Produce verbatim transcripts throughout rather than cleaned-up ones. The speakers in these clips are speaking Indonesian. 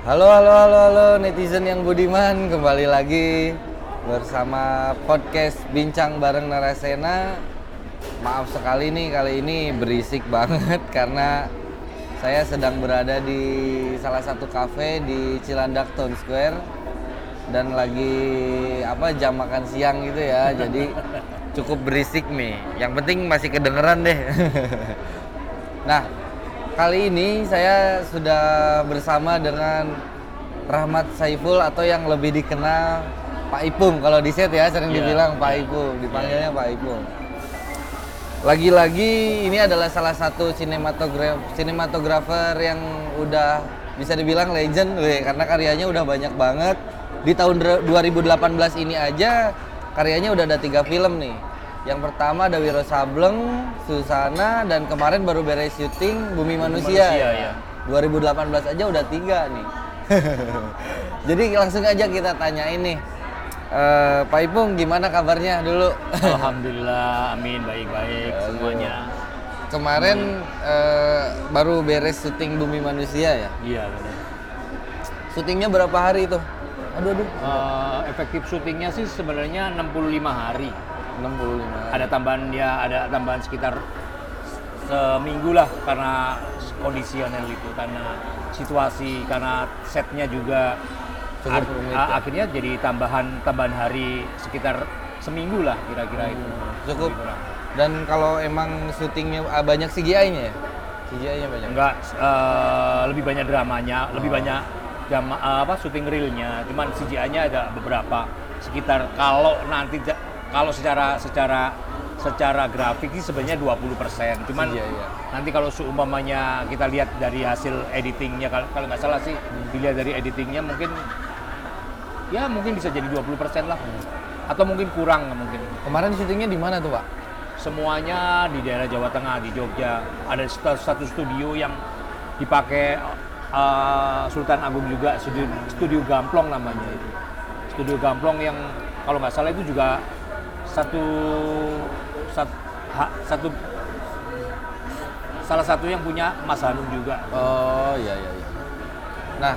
Halo, halo, halo, halo netizen yang budiman, kembali lagi bersama podcast Bincang Bareng Narasena. Maaf sekali nih, kali ini berisik banget karena saya sedang berada di salah satu kafe di Cilandak Town Square dan lagi apa jam makan siang gitu ya, jadi cukup berisik nih. Yang penting masih kedengeran deh. Nah, kali ini saya sudah bersama dengan Rahmat Saiful atau yang lebih dikenal Pak Ipung. Kalau di set ya sering yeah, dibilang Pak yeah. Ipung, dipanggilnya yeah. Pak Ipung. Lagi-lagi ini adalah salah satu sinematogra- sinematografer yang udah bisa dibilang legend weh, karena karyanya udah banyak banget. Di tahun dua ribu delapan belas ini aja karyanya udah ada tiga film nih. Yang pertama ada Wiro Sableng, Susana, dan kemarin baru beres syuting Bumi Manusia. Manusia ya. dua ribu delapan belas aja udah tiga nih. Jadi langsung aja kita tanyain nih, uh, Pak Ipung gimana kabarnya dulu? Alhamdulillah, amin, baik-baik semuanya. Kemarin uh, baru beres syuting Bumi Manusia ya? Iya benar. Syutingnya berapa hari itu? Aduh aduh. Uh, efektif syutingnya sih sebenarnya enam puluh lima hari. enam puluh lima. Ada tambahan ya, ada tambahan sekitar seminggu lah karena kondisional itu, karena situasi, karena setnya juga Cukup rumit, ya? Akhirnya jadi tambahan tambahan hari sekitar seminggu lah kira-kira hmm, itu. Cukup. Dan kalau emang syutingnya ah, banyak C G I-nya ya? C G I-nya banyak? Enggak, uh, lebih banyak dramanya, oh. lebih banyak drama, uh, apa syuting real-nya. Cuman C G I-nya ada beberapa. Sekitar kalau nanti kalau secara secara secara grafik sih sebenarnya dua puluh persen. Cuman iya, iya. nanti kalau seumpamanya kita lihat dari hasil editingnya, kalau kalau nggak salah sih hmm. dilihat dari editingnya mungkin ya mungkin bisa jadi dua puluh persen lah. Hmm. Atau mungkin kurang mungkin. Kemarin syutingnya di mana tuh, Pak? Semuanya di daerah Jawa Tengah, di Jogja. Ada satu studio yang dipakai uh, Sultan Agung juga, studio, studio Gamplong namanya itu. Studio Gamplong yang kalau nggak salah itu juga satu satu, ha, satu salah satu yang punya Mas Hanung juga. Oh iya iya. iya. Nah,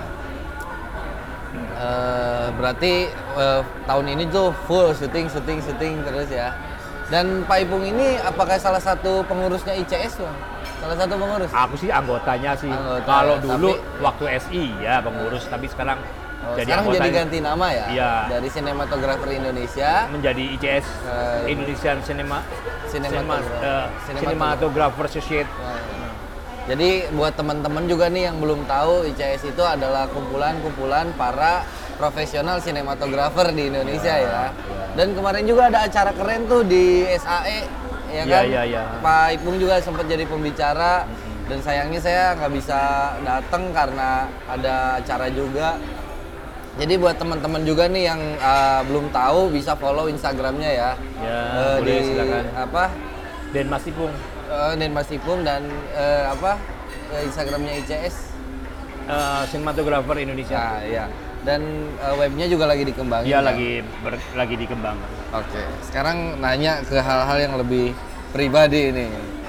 uh, berarti uh, tahun ini tuh full syuting syuting syuting terus ya. Dan Pak Ipung ini apakah salah satu pengurusnya I C S Bang? Salah satu pengurus? Aku sih anggotanya sih. Anggota, kalau dulu tapi, waktu S I ya pengurus, tapi sekarang Oh, jadi sekarang anggota, jadi ganti nama ya? Iya. Dari Sinematografer Indonesia menjadi I C S, uh, Indonesian Cinema Cinematographer Cinematographer Associate. Nah, ya. Jadi buat teman-teman juga nih yang belum tahu, I C S itu adalah kumpulan-kumpulan para profesional sinematografer di Indonesia ya. ya. ya. Dan kemarin juga ada acara keren tuh di S A E, ya kan? Ya, ya, ya. Pak Ipung juga sempat jadi pembicara. Mm-hmm. Dan sayangnya saya nggak bisa datang karena ada acara juga. Jadi buat teman-teman juga nih yang uh, belum tahu bisa follow Instagramnya ya. Ya, uh, boleh di, silakan. Apa? Den Mas Ipung. Uh, Den Mas Ipung dan uh, apa? Uh, Instagramnya I C S. Uh, Sinematografer Indonesia. Nah, ya. Dan uh, webnya juga lagi dikembangin. Iya, kan? lagi ber, lagi dikembangkan. Oke. Sekarang nanya ke hal-hal yang lebih pribadi ini.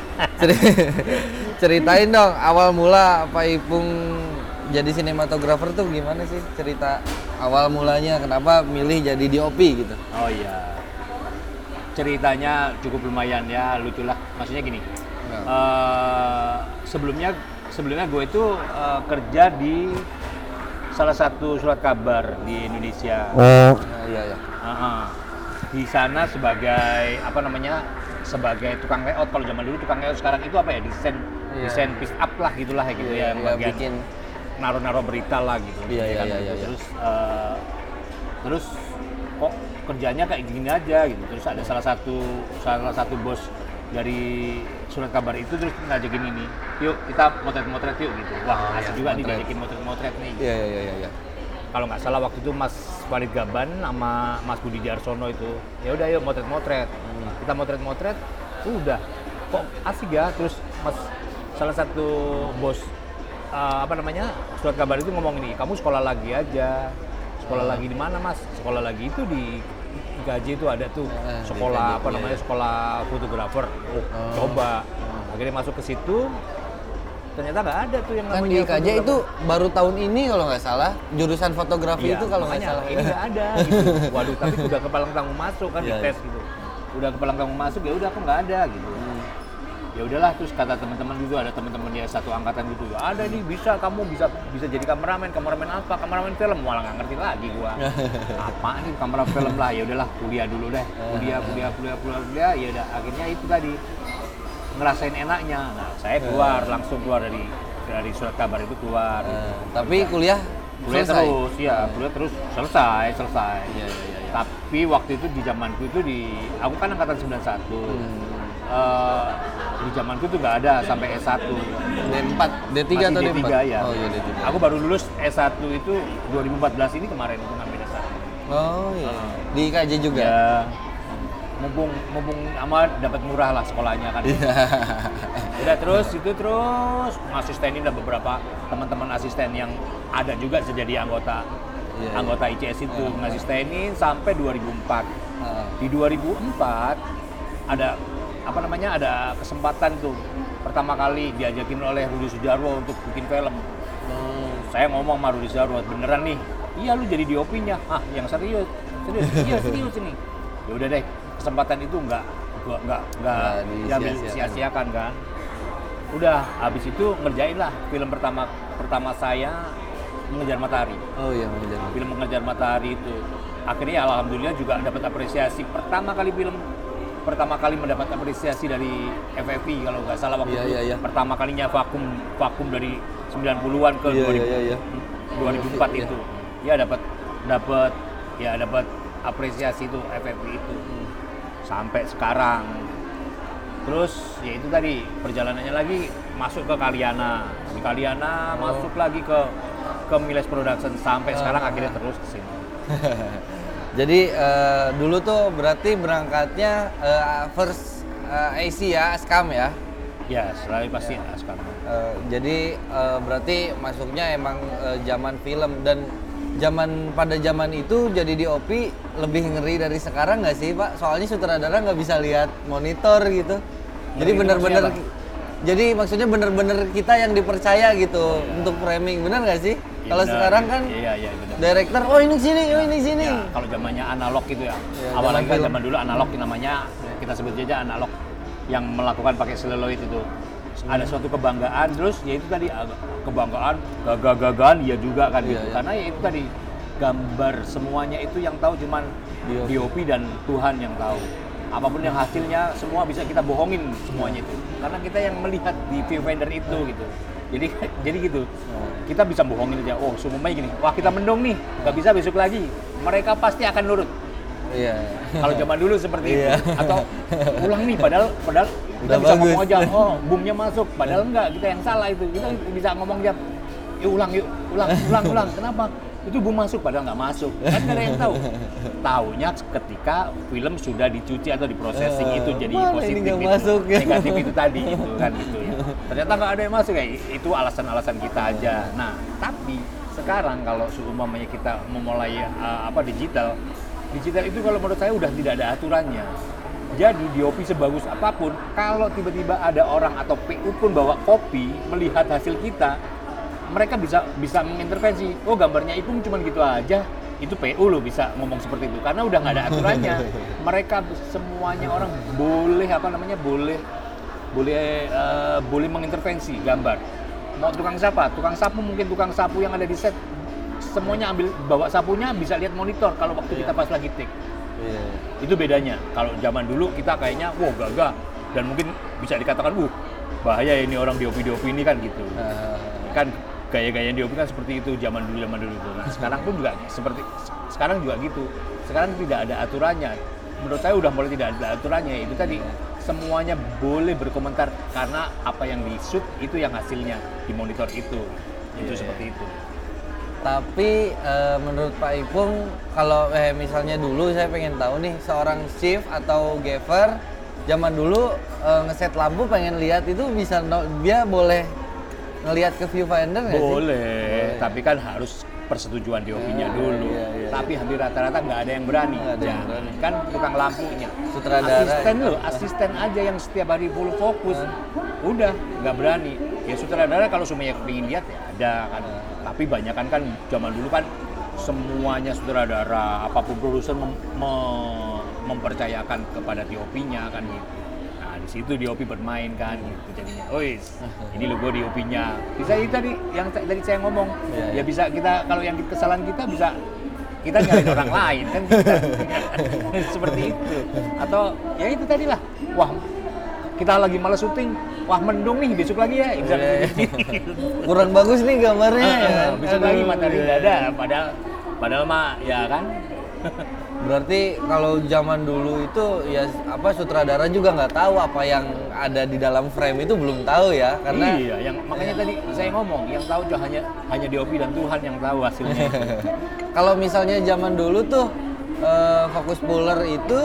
Ceritain dong awal mula Pak Ipung jadi sinematografer tuh gimana sih, cerita awal mulanya, kenapa milih jadi D O P gitu? Oh iya, ceritanya cukup lumayan ya, lucu lah. Maksudnya gini, no. uh, sebelumnya sebelumnya gue itu uh, kerja di salah satu surat kabar di Indonesia. Oh iya iya. Uh-huh. Di sana sebagai apa namanya, sebagai tukang layout. Kalau zaman dulu tukang layout, sekarang itu apa ya, desain yeah. desain piece up lah gitulah ya gitu yeah, ya, yeah, bagian bikin naruh-naruh berita lah gitu. Iya iya kan, iya gitu. iya. Terus uh, terus kok kerjanya kayak gini aja gitu. Terus ada salah satu salah satu bos dari surat kabar itu terus ngajakin ini, yuk kita motret-motret yuk gitu. Wah, oh, asik iya, juga motret. nih ngajakin motret-motret nih. Iya iya iya iya. Kalau nggak salah waktu itu Mas Walid Gaban sama Mas Budi Jarsono itu, ya udah yuk motret-motret. Hmm. Kita motret-motret, udah kok asik ya. Terus Mas salah satu bos uh, apa namanya surat kabar itu ngomong ini, kamu sekolah lagi aja. Sekolah hmm. lagi di mana Mas? Sekolah lagi itu di Gaji itu ada tuh eh, sekolah apa namanya, sekolah fotografer. Oh, oh. Coba. Hmm. Akhirnya masuk ke situ. Ternyata nggak ada tuh yang Kan namanya di I K J fotografer. itu baru tahun ini kalau nggak salah jurusan fotografi Iya, itu kalau nggak makanya, salah. ini nggak ada gitu. Waduh, tapi udah kepalang tanggung masuk kan Iya, di tes gitu. Udah kepalang tanggung masuk ya udah kok nggak ada gitu. Hmm. Ya udahlah, terus kata teman-teman gitu, ada teman-teman dia satu angkatan gitu, ada nih bisa kamu bisa bisa jadi kameramen. Kameramen apa? Kameramen film. Malah nggak ngerti lagi gua. Apa nih kamera film lah? Ya udahlah, kuliah dulu deh. Kuliah kuliah kuliah kuliah kuliah ya udah akhirnya itu tadi ngerasain enaknya. Nah, saya keluar langsung keluar dari dari surat kabar itu keluar. Eh, gitu. tapi kuliah Kuliah selesai? terus, ya kuliah terus selesai, selesai. Iya, iya, iya. Tapi waktu itu di zamanku itu di, aku kan angkatan sembilan puluh satu. Hmm. Eh, di zamanku tuh nggak ada sampai S satu. D empat, D tiga atau D Masih empat? D tiga ya. Oh iya D tiga. Aku baru lulus S satu itu dua ribu empat belas ini kemarin itu ngambil S satu. Oh iya. Di I K J juga? Ya, mumpung mumpung amat dapat murah lah sekolahnya kan. Iya. Udah terus itu terus asistenin ada beberapa teman-teman asisten yang ada juga jadi anggota Iya, anggota I C S itu Iya. ngasistenin sampai dua ribu empat. Ah. Di dua ribu empat ada apa namanya ada kesempatan tuh pertama kali diajakin oleh Rudi Sudjarwo untuk bikin film. Hmm. Saya ngomong sama Rudi Sudjarwo, beneran nih? Iya, lu jadi D O P-nya. Ah, yang serius. Serius. Iya, serius ini. Ya udah deh, kesempatan itu enggak gua enggak enggak Nggak diambil disia-siakan. sia-siakan kan. Udah, habis itu ngerjain lah film pertama pertama saya Mengejar Matahari. Oh iya mengejar. Film Mengejar Matahari itu akhirnya alhamdulillah juga dapat apresiasi pertama kali film pertama kali mendapat apresiasi dari F F I kalau nggak salah waktu Iya, itu iya, iya. pertama kalinya vakum vakum dari sembilan puluhan ke Iya, dua ribu, iya, iya. dua ribu empat Iya. itu ya dapat dapat ya dapat apresiasi itu F F I itu sampai sekarang. Terus ya itu tadi perjalanannya lagi masuk ke Kaliana di Kaliana Oh. masuk lagi ke ke Miles Production sampai Ah. sekarang akhirnya terus kesini. Jadi eh, dulu tuh berarti berangkatnya eh, first eh, A C ya, Askam ya. Ya, selalu pasti ya. Sekarang. Eh, jadi eh, berarti masuknya emang eh, zaman film dan zaman pada zaman itu jadi D O P lebih ngeri dari sekarang nggak sih Pak? Soalnya sutradara nggak bisa lihat monitor gitu. Jadi Ngeri itu bener-bener, maksudnya jadi maksudnya bener-bener kita yang dipercaya gitu untuk framing, bener nggak sih? Ya, Kalau benar. sekarang kan Iya, iya, benar. director, oh ini sini, oh ini sini. Ya, kalau zamannya analog gitu ya. Ya, Awalnya zaman kan film. zaman dulu analog namanya kita sebut aja analog yang melakukan pakai seluloid itu. Ada suatu kebanggaan terus ya itu tadi ag- kebanggaan, gagah-gagahan ya juga kan Iya, gitu. iya. Karena ya itu tadi gambar semuanya itu yang tahu cuman D O P. D O P dan Tuhan yang tahu. Apapun yang hasilnya semua bisa kita bohongin semuanya itu. Karena kita yang melihat di viewfinder itu gitu. Jadi jadi gitu. Kita bisa bohongin aja. Oh, semuanya gini. Wah, kita mendung nih. Nggak bisa besok lagi. Mereka pasti akan nurut. Iya. Kalau zaman dulu seperti Iya. itu. Atau ulang nih padahal padahal kita Udah bisa bagus. ngomong aja, oh, boomnya masuk. Padahal enggak, kita yang salah itu. Kita bisa ngomong aja. Yuk ulang yuk, ulang, ulang, ulang. Kenapa? Itu boom masuk padahal nggak masuk. Kan nggak ada yang tahu. Taunya ketika film sudah dicuci atau diprocessing Eh, itu jadi mana ini positif nggak itu. masuk ya? Negatif itu tadi itu kan gitu ya. Ternyata nggak ada yang masuk ya. Itu alasan-alasan kita aja. Nah, tapi sekarang kalau seumpamanya kita memulai uh, apa digital, digital itu kalau menurut saya udah tidak ada aturannya. Jadi D O P sebagus apapun, kalau tiba-tiba ada orang atau P U pun bawa kopi melihat hasil kita, mereka bisa bisa mengintervensi. Oh, gambarnya Ipung cuma gitu aja. Itu P U loh bisa ngomong seperti itu karena udah nggak ada aturannya. Mereka semuanya orang boleh apa namanya boleh boleh uh, boleh mengintervensi gambar. Mau tukang siapa? Tukang sapu mungkin tukang sapu yang ada di set semuanya ambil bawa sapunya bisa lihat monitor kalau waktu kita pas lagi take. Iya. Itu bedanya. Kalau zaman dulu kita kayaknya wow gagah dan mungkin bisa dikatakan uh bahaya ini orang D O P D O P ini kan gitu. Ah. Kan gaya-gaya D O P kan seperti itu zaman dulu zaman dulu itu. Nah, sekarang pun juga seperti sekarang juga gitu. Sekarang tidak ada aturannya. Menurut saya udah mulai tidak ada aturannya. Itu tadi semuanya boleh berkomentar karena apa yang di-shoot itu yang hasilnya di monitor itu. Itu Iya. seperti itu. Tapi eh, menurut Pak Ipung, kalau eh, misalnya dulu saya pengen tahu nih seorang chef atau gaffer zaman dulu eh, ngeset lampu pengen lihat itu bisa no- dia boleh ngelihat ke viewfinder nggak sih? Boleh, tapi kan harus persetujuan D O P-nya Ah, dulu. iya, iya, Tapi hampir rata-rata nggak ada yang berani. Nggak ada yang Jangan. berani. Kan tukang lampunya. Sutradara Asisten ya. loh, asisten aja yang setiap hari full fokus. Udah, nggak berani. Ya sutradara kalau semuanya pengen lihat ya ada kan. Tapi banyakan kan zaman dulu kan semuanya sutradara, apapun produser mem- me- mempercayakan kepada D O P-nya kan gitu. Nah di situ D O P bermain kan gitu jadinya. Oh ini logo D O P-nya. Bisa itu tadi yang t- tadi saya ngomong. Ya, ya. ya bisa kita kalau yang kesalahan kita bisa kita nyalain orang lain kan kita. Seperti itu. Atau ya itu tadi lah. Wah kita lagi malas syuting, wah mendung nih besok lagi ya. Bisa yeah. Kurang bagus nih gambarnya. Uh, uh, besok Aduh, lagi matahari nggak ada. Padahal padahal mah ya kan. Berarti kalau zaman dulu itu ya apa sutradara juga nggak tahu apa yang ada di dalam frame itu belum tahu ya karena iya yang makanya tadi saya ngomong yang tahu hanya hanya D O P dan Tuhan yang tahu hasilnya. Kalau misalnya zaman dulu tuh uh, fokus puller itu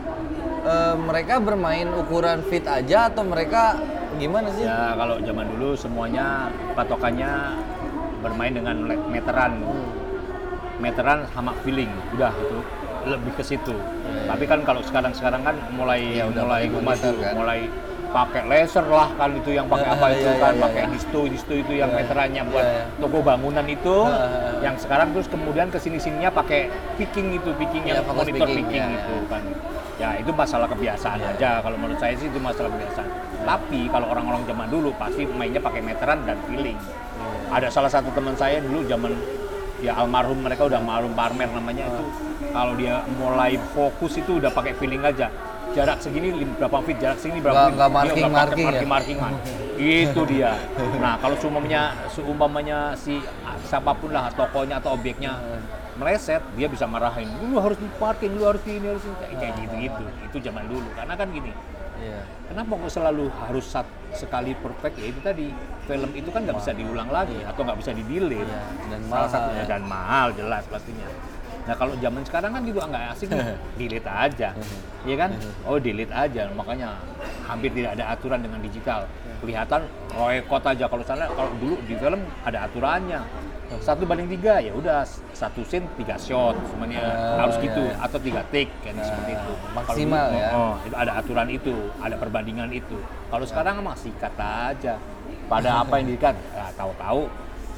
uh, mereka bermain ukuran feet aja atau mereka gimana sih? Ya kalau zaman dulu semuanya patokannya bermain dengan meteran. Hmm. Meteran sama feeling, udah itu lebih ke situ. Hmm. Tapi kan kalau sekarang-sekarang kan mulai ya, mulai maju, kan? mulai pakai laser lah kan itu yang pakai uh, apa itu ya, kan ya, pakai ya. disto disto itu yang ya, meterannya buat ya, ya. toko bangunan itu. Uh, yang sekarang terus kemudian kesini-sininya pakai picking itu, picking yang ya, monitor picking, picking ya, itu ya. kan. Ya itu masalah kebiasaan ya. aja. Kalau menurut saya sih itu masalah kebiasaan. Ya. Tapi kalau orang-orang zaman dulu pasti mainnya pakai meteran dan feeling. Ya. Ada salah satu teman saya dulu zaman ya almarhum mereka udah almarhum Parmer namanya itu kalau dia mulai fokus itu udah pakai feeling aja jarak segini berapa feet jarak segini berapa feet nggak marking marking marking markingan itu dia. Nah kalau seumpamanya seumpamanya si siapapun lah tokonya atau objeknya meleset dia bisa marahin lu harus di parking lu harus ini harus ini kayak gitu gitu itu zaman dulu karena kan gini. Yeah. Kenapa kok selalu harus sat, sekali perfect ya itu tadi film itu kan nggak bisa diulang lagi yeah. atau nggak bisa di-delete yeah. dan mahal satunya, ya. dan mahal jelas pastinya. Nah kalau zaman sekarang kan juga nggak asik nih, delete aja, iya kan? Oh delete aja, makanya hampir tidak ada aturan dengan digital. Kelihatan roycott aja kalau sana kalau dulu di film ada aturannya. Satu banding tiga ya udah satu scene tiga shot semuanya uh, harus gitu ya, ya. atau tiga take kan uh, seperti itu maksimal dulu, ya oh, itu ada aturan itu ada perbandingan itu kalau ya. Sekarang masih kata aja pada apa yang diikat ya, tahu-tahu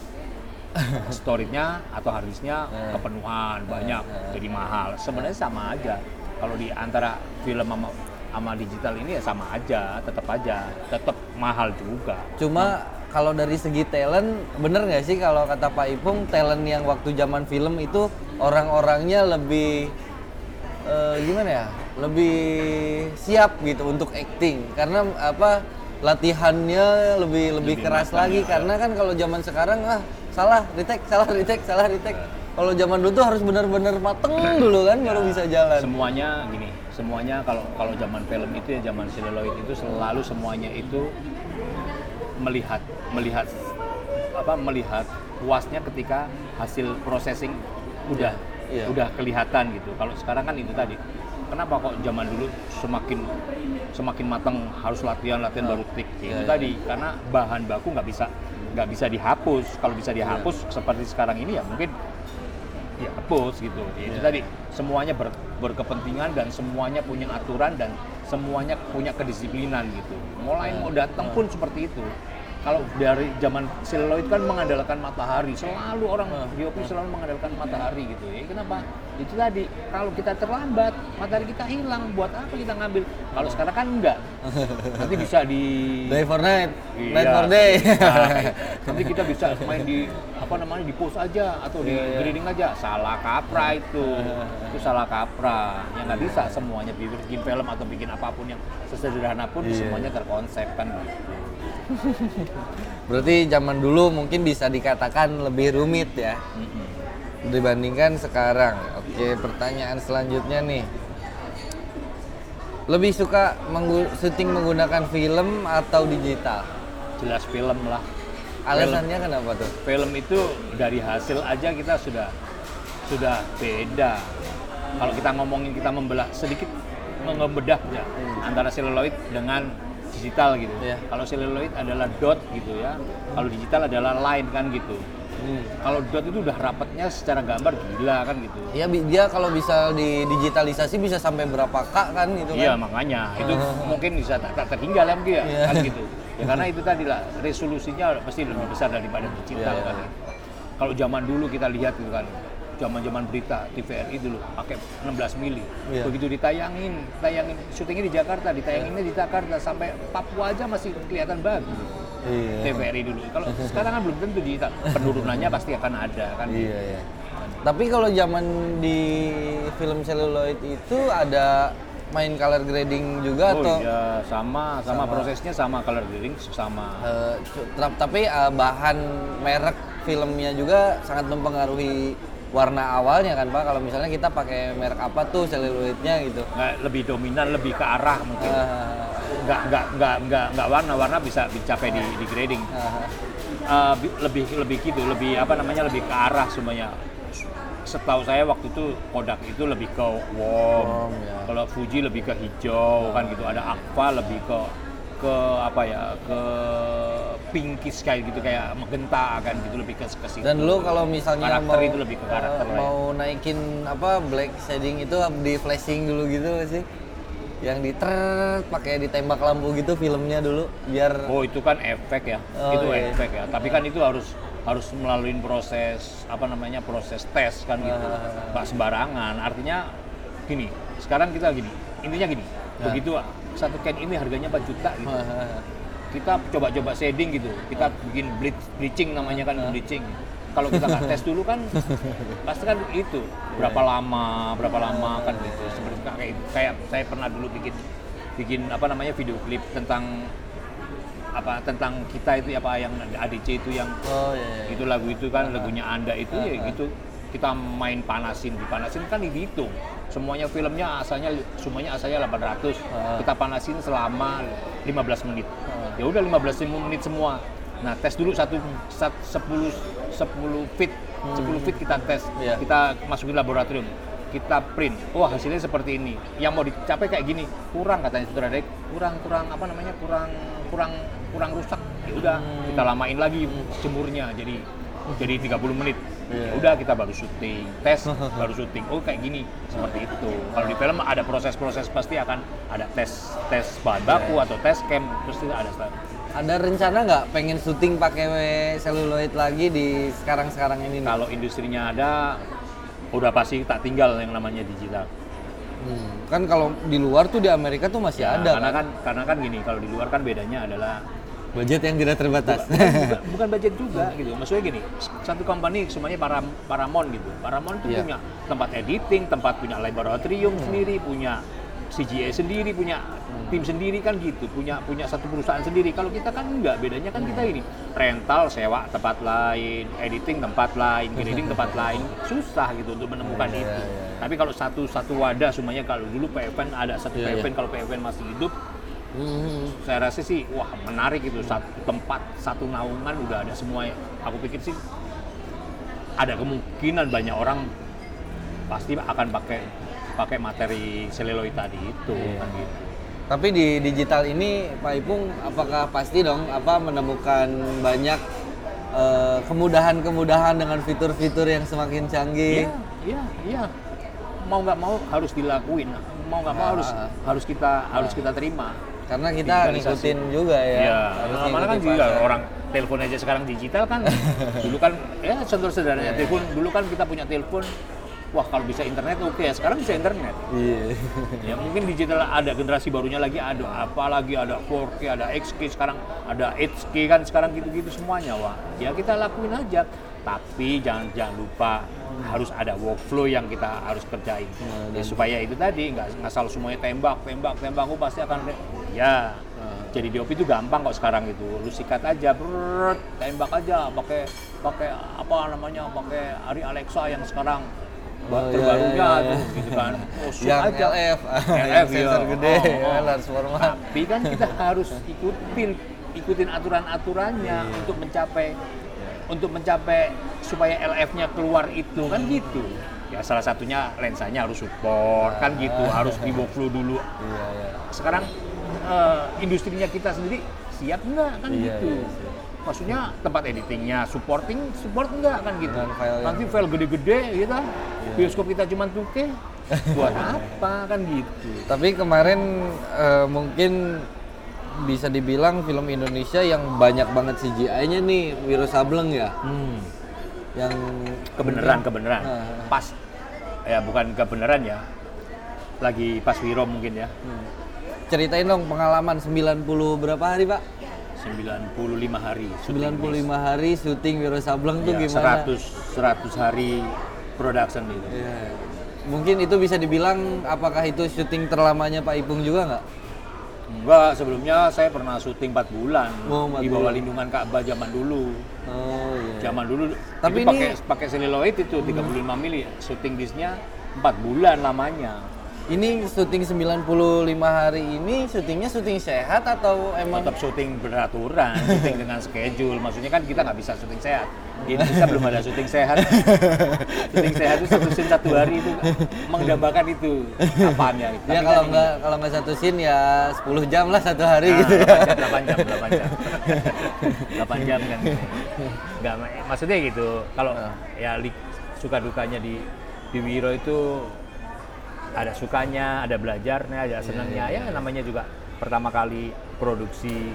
storage-nya atau harddisk-nya uh, kepenuhan banyak uh, jadi mahal sebenarnya sama aja kalau di antara film sama, sama digital ini ya sama aja tetap aja tetap mahal juga cuma nah, kalau dari segi talent, bener nggak sih kalau kata Pak Ipung, talent yang waktu zaman film itu orang-orangnya lebih uh, gimana ya, lebih siap gitu untuk acting, karena apa latihannya lebih lebih, lebih keras lagi, ya. Karena kan kalau zaman sekarang ah salah retake, salah retake, salah retake. Kalau zaman dulu tuh harus benar-benar mateng dulu kan ya, baru bisa jalan. Semuanya gini, semuanya kalau kalau zaman film itu ya zaman celluloid itu selalu semuanya itu melihat melihat apa melihat puasnya ketika hasil processing udah yeah, yeah. udah kelihatan gitu. Kalau sekarang kan itu tadi. Kenapa kok zaman dulu semakin semakin matang harus latihan latihan oh. baru tik gitu yeah, tadi yeah. Karena bahan baku nggak bisa nggak bisa dihapus. Kalau bisa dihapus yeah. seperti sekarang ini ya mungkin ya hapus gitu. Yeah. Itu tadi semuanya ber, berkepentingan dan semuanya punya aturan dan semuanya punya kedisiplinan gitu. Mulai mau datang pun seperti itu. Kalau dari zaman celluloid kan mengandalkan matahari, selalu orang D O P selalu mengandalkan matahari gitu. Ya kenapa? Itu tadi kalau kita terlambat, matahari kita hilang. Buat apa kita ngambil? Kalau sekarang kan enggak. Nanti bisa di day for night, iya, night for day. Nah, nanti kita bisa main di apa namanya di post aja atau di yeah, grading aja. Salah kaprah itu. Itu salah kaprah. Yang nggak bisa semuanya bikin film atau bikin apapun yang sesederhana pun yeah. semuanya terkonsep kan gitu. Berarti zaman dulu mungkin bisa dikatakan lebih rumit ya mm-hmm. dibandingkan sekarang. Oke, pertanyaan selanjutnya nih, lebih suka menggu- syuting menggunakan film atau digital? Jelas film lah. Alasannya film, kenapa tuh? Film itu dari hasil aja kita sudah sudah beda. Kalau kita ngomongin kita membelah sedikit mengebedah ya hmm. antara celluloid dengan digital gitu. Yeah. Kalau celluloid adalah dot gitu ya. Kalau digital adalah line kan gitu. Hmm. Kalau dot itu udah rapatnya secara gambar gila kan gitu. Iya, dia kalau bisa didigitalisasi bisa sampai berapa K kan gitu kan. Iya, makanya itu mungkin bisa tak, tak tertinggal ya mungkin ya yeah. kan gitu. Ya karena itu tadi lah, resolusinya pasti lebih besar daripada digital Iya, kan. iya. Kalau zaman dulu kita lihat gitu kan, zaman-zaman berita T V R I dulu pakai enam belas mili. Iya. Begitu ditayangin, tayangin syutingnya di Jakarta, ditayanginnya di Jakarta sampai Papua aja masih kelihatan bagus. Iya. T V R I dulu. Kalau sekarang kan belum tentu digital. Penurunannya pasti akan ada kan. Iya, iya. Tapi kalau zaman di film seluloid itu ada main color grading juga Oh atau iya, sama, sama, Sama. prosesnya sama, color grading sama. eh, cu- tra- tapi eh, bahan merek filmnya juga sangat mempengaruhi warna awalnya kan Pak? Kalau misalnya kita pakai merek apa tuh seluloidnya gitu. Nggak lebih dominan, lebih ke arah mungkin. Ah, Nggak, nggak, nggak, nggak, nggak warna, warna bisa dicapai di, di grading. ah, Eh, bi- lebih, lebih gitu, lebih apa namanya, lebih ke arah semuanya. Setahu saya waktu itu Kodak itu lebih ke warm, Warm, ya. kalau Fuji lebih ke hijau kan gitu. Ada Aqua lebih ke ke apa ya, ke pinkish kayak gitu, kayak magenta kan gitu, lebih ke ke situ. Dan dulu kalau misalnya Karakter mau itu lebih ke karakter eh, lah ya. mau naikin apa black shading itu di flashing dulu gitu nggak sih? Yang di ter pakai ditembak lampu gitu filmnya dulu biar Oh itu kan efek ya, Oh, itu iya. efek ya. Tapi kan itu harus harus melalui proses apa namanya, proses tes kan gitu, Ah. nggak sembarangan. Artinya gini, sekarang kita gini, intinya gini, Ya. begitu satu can ini harganya empat juta gitu. Ah, Kita coba-coba shading gitu, kita bikin bleach- bleaching namanya kan, Ah. bleaching. Kalau kita nggak tes dulu kan, pasti kan itu berapa lama, berapa lama kan gitu. Seperti kayak kayak saya pernah dulu bikin bikin apa namanya video klip tentang apa tentang kita itu apa yang A D C itu yang oh iya, iya. itu lagu itu kan lagunya Anda itu ya gitu, kita main panasin, dipanasin kan dihitung semuanya, filmnya asalnya semuanya asalnya delapan ratus, Ah. kita panasin selama lima belas menit. Ah. Ya udah lima belas menit semua. Nah, tes dulu satu sat- sepuluh sepuluh feet, sepuluh feet kita tes. Iya. Kita masukin laboratorium. Kita print. Wah, hasilnya seperti ini. Yang mau dicapai kayak gini. Kurang katanya sutradara, kurang kurang apa namanya? kurang kurang kurang rusak. Ya udah, kita lamain lagi jemurnya jadi jadi tiga puluh menit. Iya. Ya udah, kita baru syuting, tes baru syuting. Oh, kayak gini. Seperti itu. Kalau di film ada proses-proses, pasti akan ada tes tes bahan baku atau tes cam, terus ada start. Ada rencana nggak pengen syuting pakai seluloid lagi di sekarang-sekarang ini nih? Kalau industrinya ada, udah pasti tak tinggal yang namanya digital. Hmm, kan kalau di luar tuh di Amerika tuh masih Ya, ada karena kan? kan karena kan gini, kalau di luar kan bedanya adalah Budget yang tidak terbatas. bukan, bukan budget juga gitu. Maksudnya gini, satu company semuanya para Paramount gitu. Paramount itu Iya. punya tempat editing, tempat punya laboratorium sendiri, punya C G I sendiri, punya tim sendiri kan gitu, punya punya satu perusahaan sendiri. Kalau kita kan enggak, bedanya kan kita ini rental, sewa tempat lain, editing tempat lain, grading tempat lain, susah gitu untuk menemukan Iya, itu. iya, iya. Tapi kalau satu satu wadah semuanya, kalau dulu P F N ada satu Iya, P F N, iya. kalau P F N masih hidup, Hmm, saya rasa sih wah menarik itu, satu tempat, satu naungan udah ada semua. Aku pikir sih ada kemungkinan banyak orang pasti akan pakai pakai materi seluloid tadi itu Iya. kan gitu. Tapi di digital ini Pak Ipung apakah pasti dong apa menemukan banyak eh, kemudahan-kemudahan dengan fitur-fitur yang semakin canggih? Iya, iya, iya. Mau nggak mau harus dilakuin, mau nggak mau Ah. harus harus kita harus kita terima. Karena kita Digitalisasi. ngikutin juga ya. Iya, harus mana kan ngikutin juga pasar. orang telepon aja sekarang digital kan. Dulu kan ya contoh sederhananya Iya. telepon, dulu kan kita punya telepon, wah kalau bisa internet oke ya, sekarang bisa internet. Iya. Ya mungkin digital ada generasi barunya lagi, ada apa lagi, ada four K, ada X K, sekarang ada H K kan, sekarang gitu-gitu semuanya. Wah, ya kita lakuin aja. Tapi jangan jangan lupa harus ada workflow yang kita harus kerjain. Nah, Ya, dan- supaya itu tadi nggak asal semuanya tembak, tembak, tembak, aku pasti akan ya. Nah. Jadi D O P itu gampang kok sekarang itu. Lu sikat aja, brrrt, tembak aja pakai pakai apa namanya? Pakai Ari Alexa yang sekarang Oh, iya, terbarunya iya, iya. tuh gitu kan. Oh, shoot Yang aja. L F, L yang F, sensor iya. gede, Oh, oh. ya, large format. Tapi kan kita harus ikutin ikutin aturan-aturannya Iya. untuk mencapai untuk mencapai supaya L F-nya keluar itu kan gitu. Ya salah satunya lensanya harus support kan gitu, harus di workflow dulu. Iya, iya. Sekarang eh, industrinya kita sendiri siap nggak kan Iya, gitu. iya, iya. Maksudnya tempat editingnya, supporting, support nggak kan gitu. Dengan file yang- Nanti file gede-gede gitu, bioskop kita cuma two K, buat apa kan gitu. Tapi kemarin eh, mungkin bisa dibilang film Indonesia yang banyak banget C G I-nya nih, Wiro Sableng ya. Hmm. Yang Kebenaran, kebenaran. Ah. Pas. Ya bukan kebenaran ya. Lagi pas Wiro mungkin ya. Hmm. Ceritain dong pengalaman sembilan puluh berapa hari, Pak? sembilan puluh lima hari. sembilan puluh lima hari syuting Wiro Sableng tuh Ya, gimana? seratus, seratus hari production itu. Ya. Mungkin itu bisa dibilang apakah itu syuting terlamanya Pak Ipung juga nggak? Enggak, sebelumnya saya pernah syuting empat bulan Oh, empat di bawah bulan. lindungan Ka'bah zaman dulu. Oh iya. Zaman dulu Tapi itu ini- pakai pakai seluloid itu tiga puluh lima mili, syuting disknya empat bulan lamanya. Ini syuting sembilan puluh lima hari ini syutingnya syuting sehat atau emang Tetap syuting beraturan, syuting dengan schedule. Maksudnya kan kita nggak bisa syuting sehat. Di Indonesia belum ada syuting sehat. Syuting sehat itu satu scene satu hari itu menggambarkan itu apanya. ya Tapi kalau kan nggak kalau nggak satu scene ya sepuluh jam lah satu hari Nah, gitu ya. delapan jam, delapan jam, delapan jam kan. Nggak, maksudnya gitu. Kalau ya li- suka dukanya di di Wiro itu ada sukanya, ada belajarnya, ada senangnya. Ya namanya juga pertama kali produksi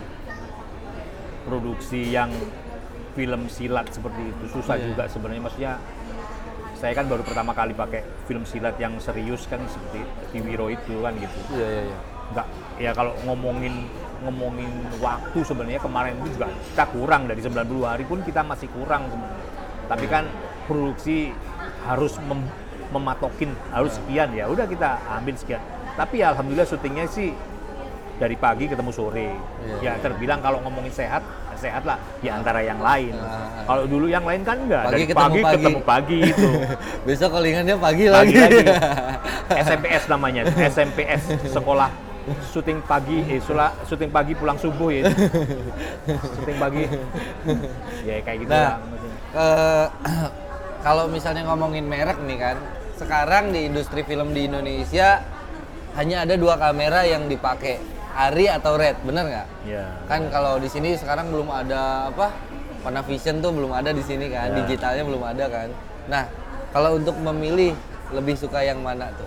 produksi yang film silat seperti itu susah Iya. juga sebenarnya. Maksudnya saya kan baru pertama kali pakai film silat yang serius kan seperti di Wiro itu kan gitu. Iya iya iya. Enggak, ya kalau ngomongin ngomongin waktu sebenarnya kemarin itu juga kita kurang dari sembilan puluh hari pun kita masih kurang sebenarnya. Tapi kan produksi harus mem- mematokin harus sekian, ya udah kita ambil sekian. Tapi ya alhamdulillah syutingnya sih dari pagi ketemu sore. Iya, Ya terbilang kalau ngomongin sehat, sehat lah di antara yang lain. Ah. Kalau dulu yang lain kan enggak, Pagi dari ketemu pagi pagi. ketemu pagi itu. Besok callingannya pagi, Pagi lagi. lagi. S M P S namanya, S M P S sekolah syuting pagi, eh sula, syuting pagi pulang subuh ya. Syuting pagi. Ya kayak gitu Nah, lah maksudnya. eh, kalau misalnya ngomongin merek nih kan, sekarang di industri film di Indonesia hanya ada dua kamera yang dipakai, Arri atau Red, bener nggak? Ya. Kan kalau di sini sekarang belum ada apa, Panavision tuh belum ada di sini kan, Ya. digitalnya belum ada kan. Nah, kalau untuk memilih lebih suka yang mana tuh?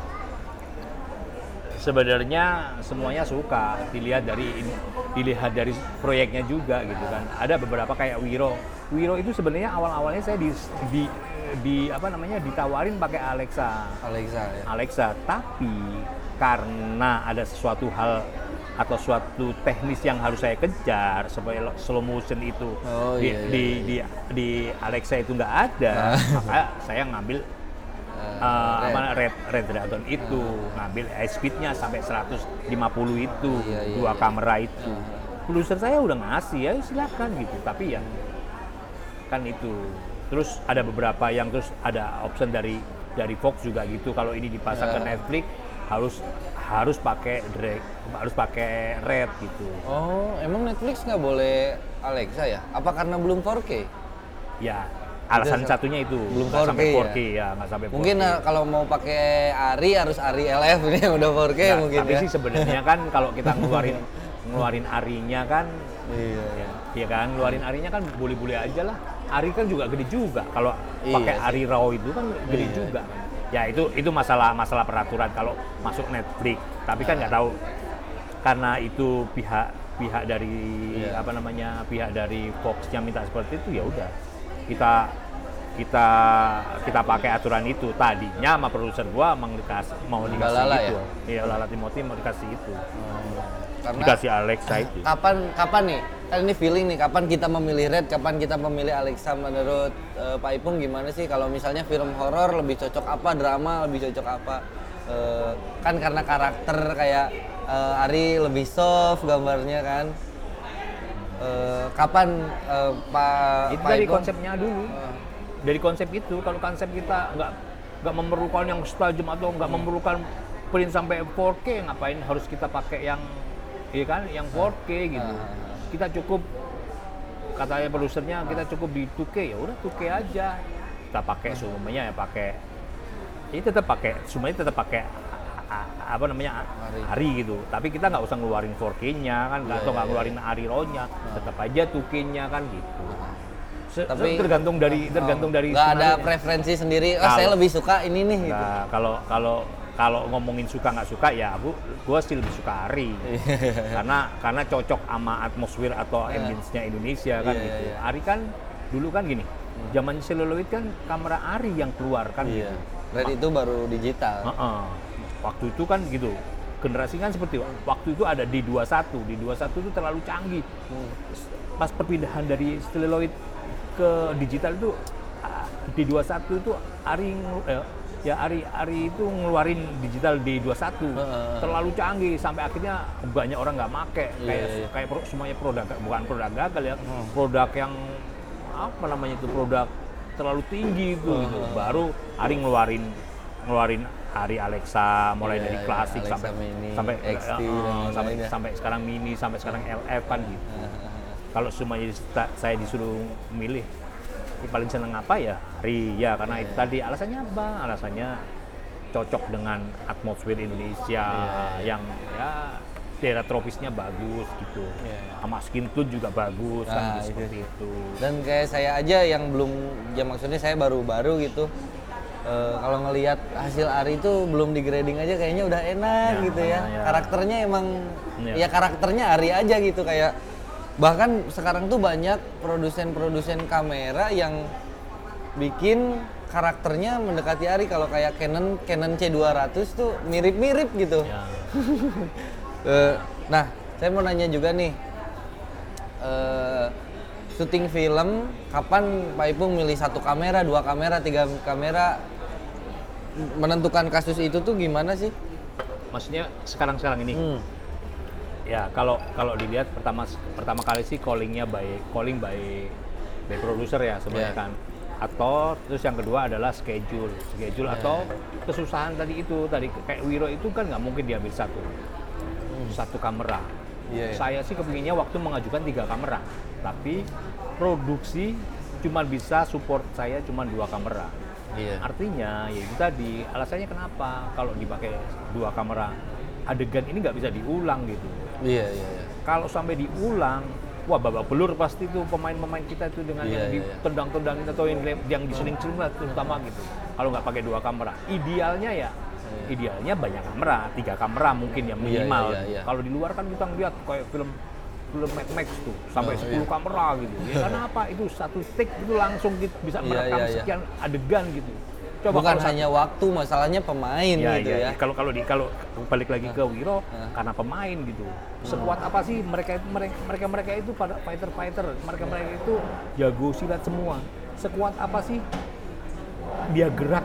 Sebenarnya semuanya suka, dilihat dari dilihat dari proyeknya juga gitu kan. Ada beberapa kayak Wiro. Wiro itu sebenarnya awal-awalnya saya di, di di apa namanya ditawarin pakai Alexa. Alexa ya. Alexa, tapi karena ada sesuatu hal atau suatu teknis yang harus saya kejar supaya lo- slow motion itu Oh, di, iya, iya, di, iya. di di Alexa itu nggak ada, maka saya ngambil Eh, uh, Red. apa, Red Red Dragon itu, ngambil high speednya sampai seratus lima puluh itu, Iya, iya, dua iya. kamera itu. Produser saya udah ngasih ya silakan gitu, tapi ya kan itu. Terus ada beberapa yang terus ada option dari dari Fox juga gitu. Kalau ini dipasang ke Ya. Netflix harus harus pakai drag, harus pakai red gitu. Oh, emang Netflix nggak boleh Alexa ya? Apa karena belum four K? Ya, alasan Itu satunya itu belum nggak sampai four K four K ya, nggak sampai four K. Mungkin uh, kalau mau pakai Ari harus Ari L F ini yang udah four K Nggak, mungkin tapi ya. sih sebenarnya kan kalau kita ngeluarin ngeluarin arinya kan, Iya. ya, ya kan ngeluarin arinya kan boleh-boleh aja lah. Ari kan juga gede juga. Kalau Iya pakai sih. Ari raw itu kan gede Iya. juga. Ya itu itu masalah masalah peraturan kalau masuk Netflix. Tapi kan nggak tahu karena itu pihak pihak dari Iya. apa namanya pihak dari Fox yang minta seperti itu, ya udah kita kita kita pakai aturan itu. Tadinya sama produser gua emang dikasih, mau dikasih Lala itu. ya? Iya, Lala Timothy mau dikasih itu. Karena Dikasih Alexa itu. kapan kapan nih? Kan ini feeling nih, kapan kita memilih Red, kapan kita memilih Alexa. Menurut eh, Pak Ipung gimana sih kalau misalnya film horor lebih cocok apa, drama lebih cocok apa? Eh, kan karena karakter kayak eh, Ari lebih soft gambarnya kan. Eh, kapan eh, Pak Itu Pak dari Ipung- konsepnya dulu. Eh, Dari konsep itu, kalau konsep kita nggak nggak memerlukan yang tajam atau nggak memerlukan print sampai four K, ngapain harus kita pakai yang, iya kan, yang four K gitu. Ah. Kita cukup, katanya produsernya kita cukup di two K, ya udah two K aja. Kita pakai semuanya ya pakai, ini tetap pakai, semuanya tetap pakai a- a- apa namanya Ari. Ari gitu. Tapi kita nggak usah ngeluarin four K-nya kan, Iya, atau nggak iya, ngeluarin Ari raw-nya, tetap aja two K-nya kan gitu. Se- Tapi- tergantung dari tergantung oh, dari nggak ada skenario-nya. preferensi sendiri. Oh, Kalau- saya lebih suka ini nih gitu. Nah, kalau kalau kalau ngomongin suka nggak suka ya aku gue sih lebih suka Ari karena karena cocok sama atmosfer atau ambience-nya Indonesia kan Iya, gitu. iya. Ari kan dulu kan gini, zaman seluloid kan kamera Ari yang keluar kan Iya. gitu. Dan itu baru digital. Heeh. Waktu itu kan gitu. Generasi kan seperti waktu itu ada D dua puluh satu. D dua puluh satu itu terlalu canggih. Hmm. Pas perpindahan dari celluloid ke digital itu ah, D dua puluh satu itu Ari ngelu- eh, ya Ari Ari itu ngeluarin digital D dua puluh satu. Heeh. Terlalu canggih sampai akhirnya banyak orang nggak make. Iya, Kayak iya. kayak pro- semuanya produk bukan produk gagal ya. Produk yang apa namanya itu produk terlalu tinggi itu gitu. Baru Ari ngeluarin ngeluarin Ari Alexa mulai Iya, dari iya, klasik Alexa sampai Mini, sampai X T eh, dan eh, sampai lain-lain ya. sampai sekarang mini sampai sekarang L F kan gitu. Kalau semuanya dista- saya disuruh milih ya paling seneng apa ya Ari ya karena Iya. itu tadi alasannya apa? Alasannya cocok dengan atmosfer Indonesia Iya, yang ya daerah tropisnya bagus gitu. Iya. Sama skin tone juga bagus kan Nah, gitu, itu seperti sih. itu. Dan kayak saya aja yang belum, ya maksudnya saya baru-baru gitu. Eh, kalau ngelihat hasil Ari itu belum di grading aja kayaknya udah enak Ya, gitu ya. ya. Karakternya emang Ya. ya karakternya Ari aja gitu kayak bahkan sekarang tuh banyak produsen-produsen kamera yang bikin karakternya mendekati Ari. Kalau kayak Canon Canon C dua ratus tuh mirip-mirip gitu. Ya. Eh, nah, saya mau nanya juga nih, eh, syuting film, kapan Pak Ipung milih satu kamera, dua kamera, tiga kamera, menentukan kasus itu tuh gimana sih? Maksudnya sekarang-sekarang ini Hmm. ya kalau kalau dilihat pertama pertama kali sih callingnya by calling by by producer ya sebenarnya Yeah. kan atau terus yang kedua adalah schedule schedule Yeah. atau kesusahan tadi itu tadi kayak Wiro itu kan nggak mungkin diambil satu satu kamera. Iya, iya. Saya sih kepinginnya waktu mengajukan tiga kamera tapi produksi cuma bisa support saya cuma dua kamera. Iya. Artinya ya itu tadi alasannya kenapa kalau dipakai dua kamera adegan ini nggak bisa diulang gitu. Iya, iya, iya. Kalau sampai diulang, wah babak belur pasti tuh pemain-pemain kita itu dengan Iya, yang iya, iya. ditendang-tendangin atau yang, yang diseling-seling lah terutama gitu. Kalau nggak pakai dua kamera, idealnya ya, idealnya banyak kamera, tiga kamera mungkin ya minimal. iya, iya, iya. Kalau di luar kan kita ngeliat kayak film film Mad Max tuh sampai Oh, sepuluh iya. kamera gitu. Ya karena apa? Itu satu take itu langsung gitu, bisa Iya, merekam iya, iya. sekian adegan gitu. Coba Bukan kalau satu- hanya waktu, masalahnya pemain Ya, gitu ya, ya. Kalau kalau di kalau balik lagi ke Wiro Nah. karena pemain gitu. Sekuat apa sih mereka itu mereka mereka, mereka itu pada fighter fighter. Mereka mereka itu jago silat semua. Sekuat apa sih dia gerak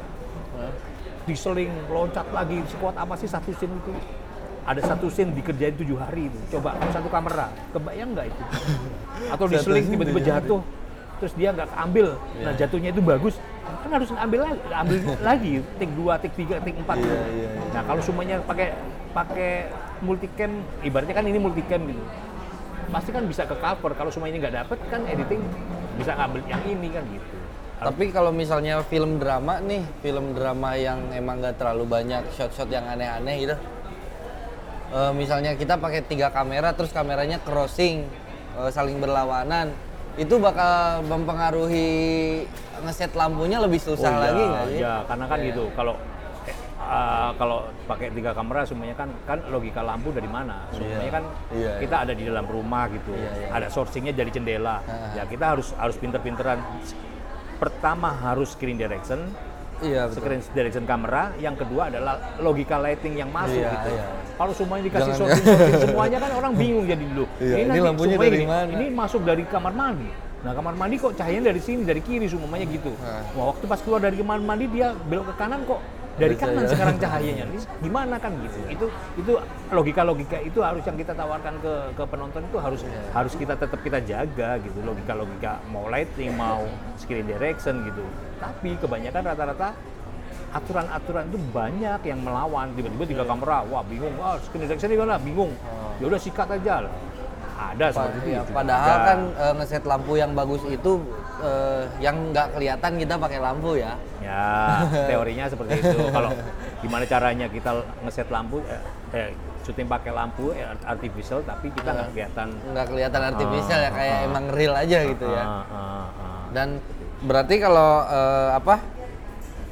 diseling loncat lagi. Sekuat apa sih satu scene itu? Ada satu scene dikerjain tujuh hari itu. Coba satu kamera, kebayang nggak itu? Atau Satu diseling scene tiba-tiba tujuh hari. jatuh, terus dia nggak ambil. Nah Iya. jatuhnya itu bagus, kan harus ambil lagi, ambil lagi, take dua, take tiga, take empat. Iya, gitu. iya, iya. Nah kalau semuanya pakai pakai multicam, ibaratnya kan ini multicam gitu, pasti kan bisa ke cover. Kalau semuanya nggak dapet kan editing bisa ngambil yang ini kan gitu. Tapi kalau misalnya film drama nih, film drama yang emang nggak terlalu banyak shot-shot yang aneh-aneh gitu. Eh, misalnya kita pakai tiga kamera, terus kameranya crossing, eh, saling berlawanan, itu bakal mempengaruhi ngeset lampunya lebih susah Oh, iya, lagi nggak sih? iya, karena kan Iya. gitu. Kalau eh, uh, kalau pakai tiga kamera semuanya kan kan logika lampu dari mana? Semuanya Iya. kan Iya, kita ada di dalam rumah gitu. Iya, iya. Ada sourcingnya dari jendela. Ah. Ya kita harus harus pinter-pinteran. Pertama harus screen direction, Iya, betul. screen direction kamera. Yang kedua adalah logika lighting yang masuk Iya, gitu. iya. Kalau semuanya dikasih Jangan- sorting, sorting semuanya kan orang bingung jadi dulu. Iya, ini nanti lampunya semuanya dari gini, mana? Ini masuk dari kamar mandi. Nah kamar mandi kok cahayanya dari sini, dari kiri semuanya gitu. Nah. Wah, waktu pas keluar dari kamar mandi dia belok ke kanan kok dari Ada kanan cahaya. sekarang cahayanya. Ini gimana kan gitu. Itu itu logika-logika itu harus yang kita tawarkan ke ke penonton itu harus Iya. harus kita tetap kita jaga gitu. Logika-logika mau lighting, mau screen direction gitu. Tapi kebanyakan rata-rata aturan-aturan itu banyak yang melawan. Tiba-tiba tiga kamera, wah bingung. Wah, screen direction gimana? Bingung. Oh. Ya udah sikat aja lah. Ada Pa- seperti itu. ya, juga padahal ada. kan eh, ngeset lampu yang bagus itu eh, yang nggak kelihatan kita pakai lampu ya. Ya, teorinya seperti itu. Kalau gimana caranya kita ngeset lampu, eh, eh, syuting pakai lampu eh, artificial, tapi kita nggak kelihatan. Nggak kelihatan artificial ya, Ah, kayak ah. emang real aja gitu ya. Ah, ah, ah. Dan berarti kalau eh, apa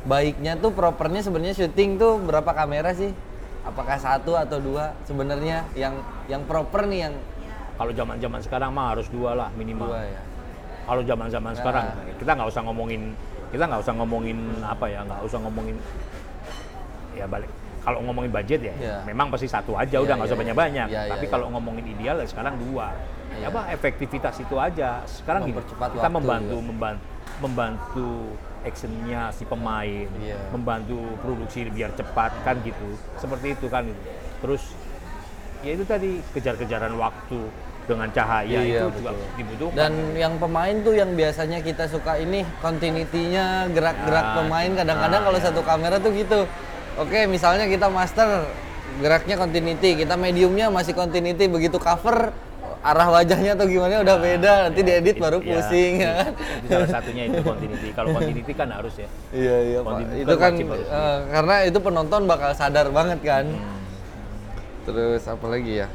baiknya tuh propernya sebenarnya syuting tuh berapa kamera sih? Apakah satu atau dua sebenarnya yang yang proper nih yang Kalau zaman-zaman sekarang mah harus dua lah minimal. dua ya. Kalau zaman-zaman Nah. sekarang kita nggak usah ngomongin kita nggak usah ngomongin apa ya nggak usah ngomongin ya balik kalau ngomongin budget ya Iya. memang pasti satu aja Iya, udah nggak iya, usah banyak-banyak. iya, iya, Tapi iya. kalau ngomongin ideal ya sekarang dua. Iya. Ya apa efektivitas itu aja. Sekarang gini, Mempercepat kita waktu membantu juga. membantu membantu actionnya si pemain, Iya. membantu produksi biar cepat kan gitu. Seperti itu kan gitu. Terus ya itu tadi kejar-kejaran waktu dengan cahaya Iya, itu juga betul. dibutuhkan. Dan yang pemain tuh yang biasanya kita suka ini continuity-nya, gerak-gerak Ya, pemain kadang-kadang nah, kalau ya. satu kamera tuh gitu. Oke, misalnya kita master geraknya continuity, kita mediumnya masih continuity, begitu cover arah wajahnya tuh gimana udah beda, nanti diedit It- baru ya, pusing ya kan. itu salah satunya itu continuity. Kalau continuity kan harus ya. Iya iya Pak. Continuity Itu kan kan wajib harus eh, karena itu penonton bakal sadar banget kan. Hmm. Terus apa lagi ya?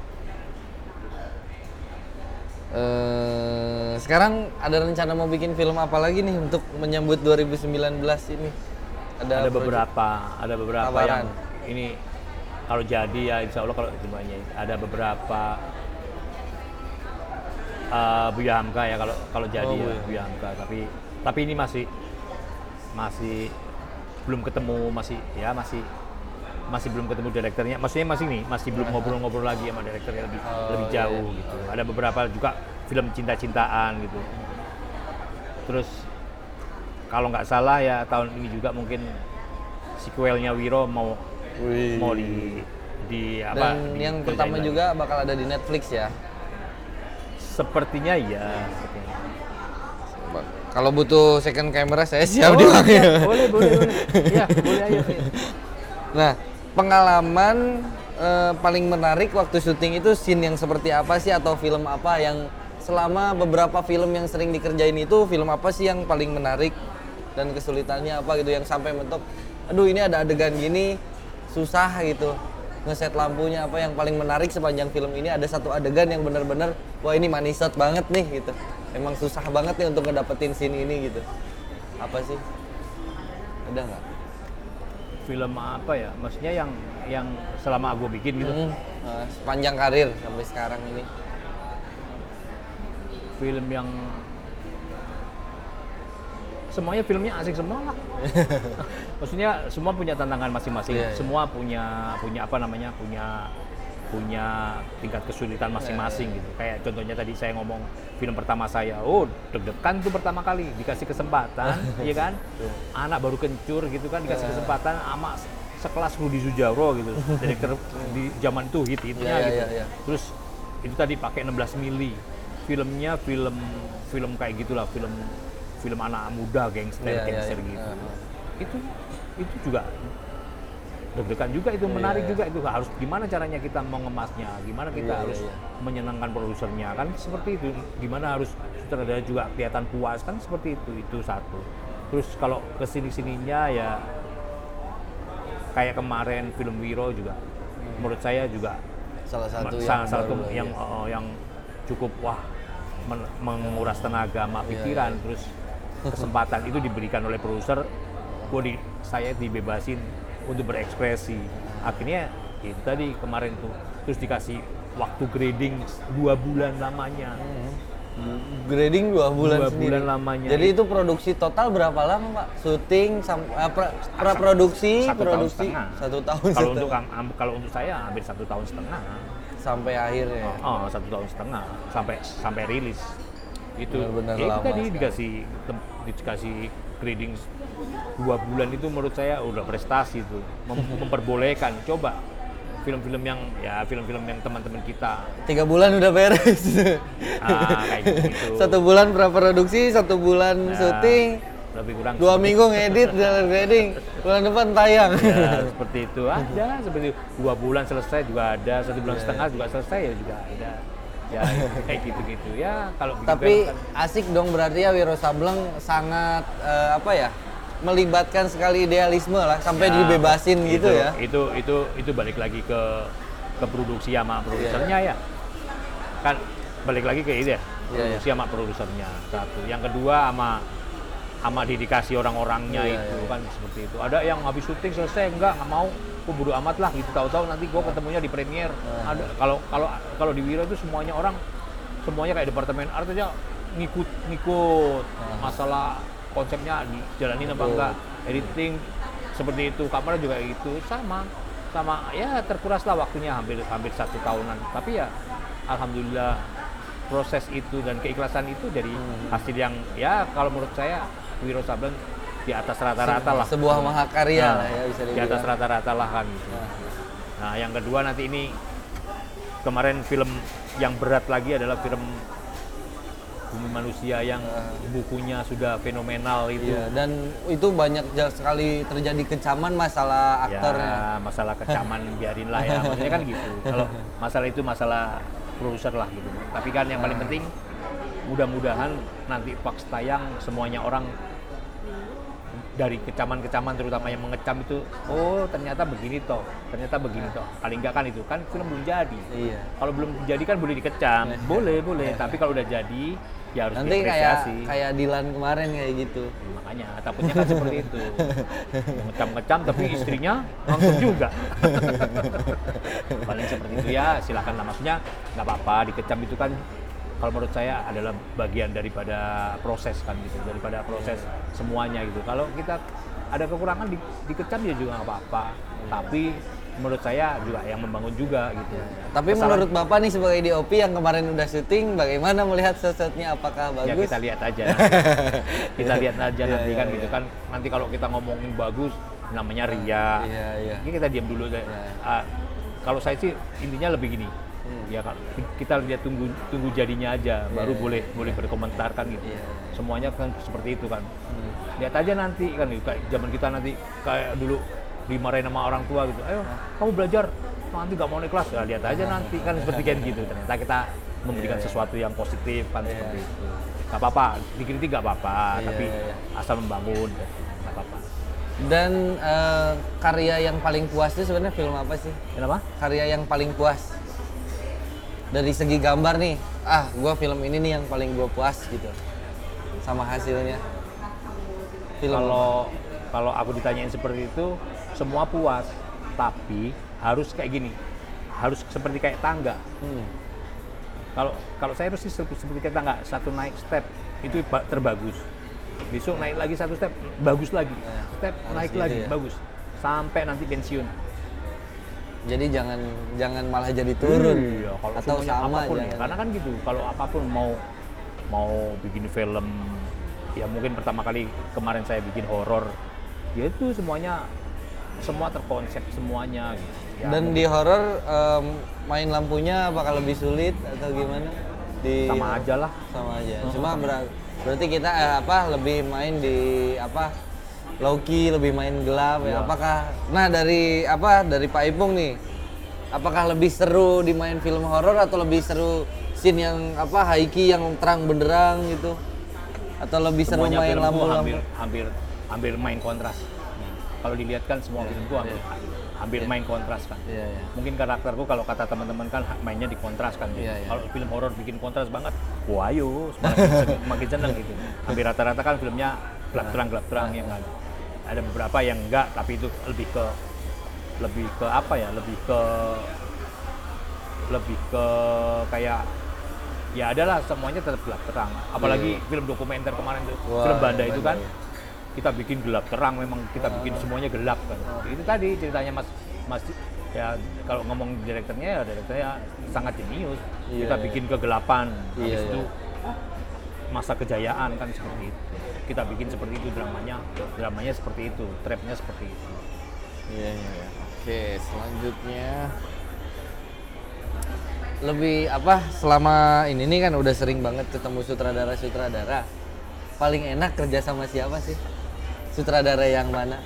Eh, sekarang ada rencana mau bikin film apa lagi nih untuk menyambut dua ribu sembilan belas ini? Ada project- beberapa, ada beberapa Tawaran. yang ini kalau jadi ya insya Allah kalau semuanya ada beberapa uh, Buya Hamka ya kalau kalau jadi Oh, ya Buya. Buya Hamka. Tapi tapi ini masih masih belum ketemu masih ya masih masih belum ketemu direkturnya. Maksudnya masih nih masih belum ngobrol-ngobrol lagi sama direkturnya lebih Oh, lebih iya, jauh iya. gitu. Ada beberapa juga film cinta-cintaan gitu. Terus kalau nggak salah ya tahun ini juga mungkin sequelnya Wiro mau Wih. mau di di apa Dan di- yang kerjain pertama lagi. juga bakal ada di Netflix ya. Sepertinya iya. sepertinya. Kalau butuh second camera saya siap Oh, dipanggil. iya, boleh boleh boleh. Iya boleh ayo. ayo. Nah, pengalaman eh, paling menarik waktu syuting itu scene yang seperti apa sih atau film apa yang selama beberapa film yang sering dikerjain itu film apa sih yang paling menarik dan kesulitannya apa gitu yang sampai mentok aduh ini ada adegan gini susah gitu ngeset lampunya apa yang paling menarik sepanjang film ini ada satu adegan yang benar-benar wah ini money shot banget nih gitu emang susah banget nih untuk ngedapetin scene ini gitu apa sih ada nggak? Film apa ya? Maksudnya yang yang selama aku bikin gitu. Hmm, eh, sepanjang karir sampai sekarang ini. Film yang semuanya filmnya asik semua lah. Maksudnya semua punya tantangan masing-masing. Iya, iya. Semua punya punya apa namanya? punya punya tingkat kesulitan masing-masing Iya, iya. gitu. Kayak contohnya tadi saya ngomong film pertama saya, oh deg-degan tuh pertama kali dikasih kesempatan, iya kan? Anak baru kencur gitu kan dikasih Iya. kesempatan sama sekelas Rudi Sudjarwo gitu. Direktur di zaman itu hit-hitnya Iya, gitu. iya, iya. Terus itu tadi pakai enam belas mili. Filmnya film film kayak gitulah, film film anak muda gangster Iya, iya, gangster iya. gitu. Heeh. Itu itu juga deg-degan juga itu, Iya, menarik iya. juga itu. Harus gimana caranya kita mengemasnya, gimana kita Iya, iya, harus iya. menyenangkan produsernya kan seperti itu. Gimana harus sutradara juga kelihatan puas kan seperti itu. Itu satu. Terus kalau kesini-sininya ya kayak kemarin film Wiro juga menurut saya juga Salah satu yang salah satu baru, yang iya. uh, yang cukup wah men- menguras tenaga sama Iya, pikiran iya. terus kesempatan itu diberikan oleh produser gua di saya dibebasin untuk berekspresi akhirnya itu tadi kemarin tuh terus dikasih waktu grading dua bulan lamanya Grading dua bulan Dua sendiri. bulan lamanya. Jadi itu produksi total berapa lama Pak? Syuting, sam- eh, pra, produksi, satu tahun produksi setengah. satu tahun kalau setengah. untuk am- am- kalau untuk saya hampir satu tahun setengah Sampai akhirnya. oh satu tahun setengah sampai sampai rilis itu Benar-benar ya itu lama tadi sekali. dikasih tem- dikasih grading dua bulan itu menurut saya udah prestasi tuh Mem- memperbolehkan coba film-film yang ya film-film yang teman-teman kita Tiga bulan udah beres. ah, kayak gitu Satu bulan praproduksi, satu bulan Nah, syuting, lebih kurang dua minggu ngedit, dan grading, bulan depan tayang. ya, seperti itu ada seperti itu. Dua bulan selesai juga ada satu bulan Iya. setengah juga selesai ya juga ada ya kayak gitu-gitu ya kalau bikin Tapi film kan asik dong berarti ya Wiro Sableng sangat eh, apa ya melibatkan sekali idealisme lah sampai Ya, dibebasin gitu itu, ya. Itu itu itu balik lagi ke ke produksi sama produsernya ya. Kan balik lagi ke itu ya. Iya, Produksi sama produsernya satu. Yang kedua sama sama dedikasi orang-orangnya Iya, itu iya. kan seperti itu. Ada yang habis syuting selesai enggak nggak mau, aku bodo amat lah gitu. Tahu-tahu nanti gue ketemunya di premier. Ah. Ada kalau kalau kalau di Wiro itu semuanya orang semuanya kayak departemen art aja ngikut ngikut Ah. masalah konsepnya dijalanin apa Betul. enggak, editing seperti itu, kamera juga gitu sama sama ya terkuras lah waktunya hampir hampir satu tahunan. Tapi ya alhamdulillah proses itu dan keikhlasan itu dari Hmm. hasil yang ya kalau menurut saya Wiro Sableng di atas rata-rata lah. Sebuah mahakarya Nah, lah ya bisa di dibilang. atas rata-rata lah kan gitu. Nah, Nah, yang kedua nanti ini kemarin film yang berat lagi adalah film Bumi Manusia yang bukunya sudah fenomenal itu. iya, dan itu banyak ja- sekali terjadi kecaman masalah aktornya. Ya, masalah kecaman biarin lah ya. Maksudnya kan gitu. Kalau masalah itu masalah produser lah gitu. Tapi kan yang paling penting mudah-mudahan nanti pas tayang semuanya orang dari kecaman-kecaman terutama yang mengecam itu, oh ternyata begini toh, ternyata begini toh. Paling enggak kan itu kan film belum jadi. Iya. Kalau belum jadi kan boleh dikecam, boleh boleh. Tapi kalau udah jadi ya harus Nanti kayak diapresiasi. kayak Dilan kemarin kayak gitu. Makanya takutnya kan seperti itu. Ngecam-ngecam tapi istrinya langsung juga. Paling seperti itu ya, silakan lah. Maksudnya nggak apa-apa dikecam itu kan kalau menurut saya adalah bagian daripada proses kan gitu, daripada proses semuanya gitu. Kalau kita ada kekurangan di, dikecam ya juga nggak apa-apa. Tapi menurut saya juga yang membangun juga gitu. Tapi Kesalahan- menurut Bapak nih sebagai D O P yang kemarin udah syuting, bagaimana melihat set-setnya, apakah ya bagus? kita lihat aja kita lihat aja Iya, nanti iya, kan iya. gitu kan, nanti kalau kita ngomongin bagus namanya ria. Iya, iya. Ini kita diam dulu deh. Iya. Ah, kalau saya sih intinya lebih gini, Hmm. ya kan kita lihat tunggu tunggu jadinya aja, baru iya, boleh boleh berkomentar kan gitu. Iya, iya. Semuanya kan seperti itu kan. Hmm. Lihat aja nanti kan gitu. Kayak zaman kita nanti kayak dulu dimarahin sama orang tua gitu, ayo kamu belajar nanti nggak mau naik kelas, ya lihat aja nanti kan seperti kan gitu. Ternyata kita memberikan Iya, iya. sesuatu yang positif kan Iya. seperti itu. Gak apa-apa, dikritik gak apa-apa, Iya, tapi iya, iya. asal membangun, gak apa-apa. Dan eh, karya yang paling puas itu sebenarnya film apa sih? Kenapa? Karya yang paling puas dari segi gambar nih, ah gua film ini nih yang paling gua puas gitu sama hasilnya. Film Kalau kalau aku ditanyain seperti itu, semua puas, tapi harus kayak gini, harus seperti kayak tangga. Hmm. Kalau kalau saya harus sih seperti, seperti kayak tangga, satu naik step itu ba- terbagus. Besok naik lagi satu step, bagus lagi. Step harus naik gitu lagi, ya. bagus. Sampai nanti pensiun. Jadi jangan jangan malah jadi turun Iya, kalau atau semuanya sama apapun ya. jangan. Karena kan gitu, kalau apapun mau mau bikin film, ya mungkin pertama kali kemarin saya bikin horor, ya itu semuanya semua terkonsep semuanya gitu. Ya, Dan mungkin di horor em, main lampunya bakal lebih sulit atau gimana? Di sama aja lah. sama aja. Oh, Cuma sama. ber- berarti kita eh, apa lebih main di apa low key, lebih main gelap ya. Iya. Apakah nah dari apa dari Pak Ipung nih? Apakah lebih seru di main film horor atau lebih seru scene yang apa high key yang terang benderang gitu? Atau lebih seru Semuanya main filmku lampu-lampu? hampir hampir hampir main kontras. Kalau dilihat kan semua filmku hampir hampir main kontras kan. Iya, iya. Mungkin karakterku kalau kata teman-teman kan mainnya di kontras kan. Gitu. Iya, iya. Kalau film horor bikin kontras banget, wah ayo semakin sen- makin seneng gitu. Hampir rata-rata kan filmnya gelap terang gelap terang yang ada. Ada beberapa yang enggak, tapi itu lebih ke lebih ke apa ya? Lebih ke lebih ke kayak ya adalah semuanya tetap gelap terang. Apalagi film dokumenter kemarin tuh, Wah, film Banda yang itu Banda, kan ya. kita bikin gelap terang, memang kita bikin semuanya gelap kan. Itu tadi ceritanya Mas Mas ya kalau ngomong direkturnya ya direkturnya sangat jenius. Iya, Kita iya. bikin kegelapan, Iya, habis iya. itu masa kejayaan kan seperti itu. Kita bikin seperti itu dramanya, dramanya seperti itu, trapnya seperti itu. Iya, iya, iya. Oke, selanjutnya lebih apa selama ini nih kan udah sering banget ketemu sutradara-sutradara. Paling enak kerja sama siapa sih? Sutradara yang mana?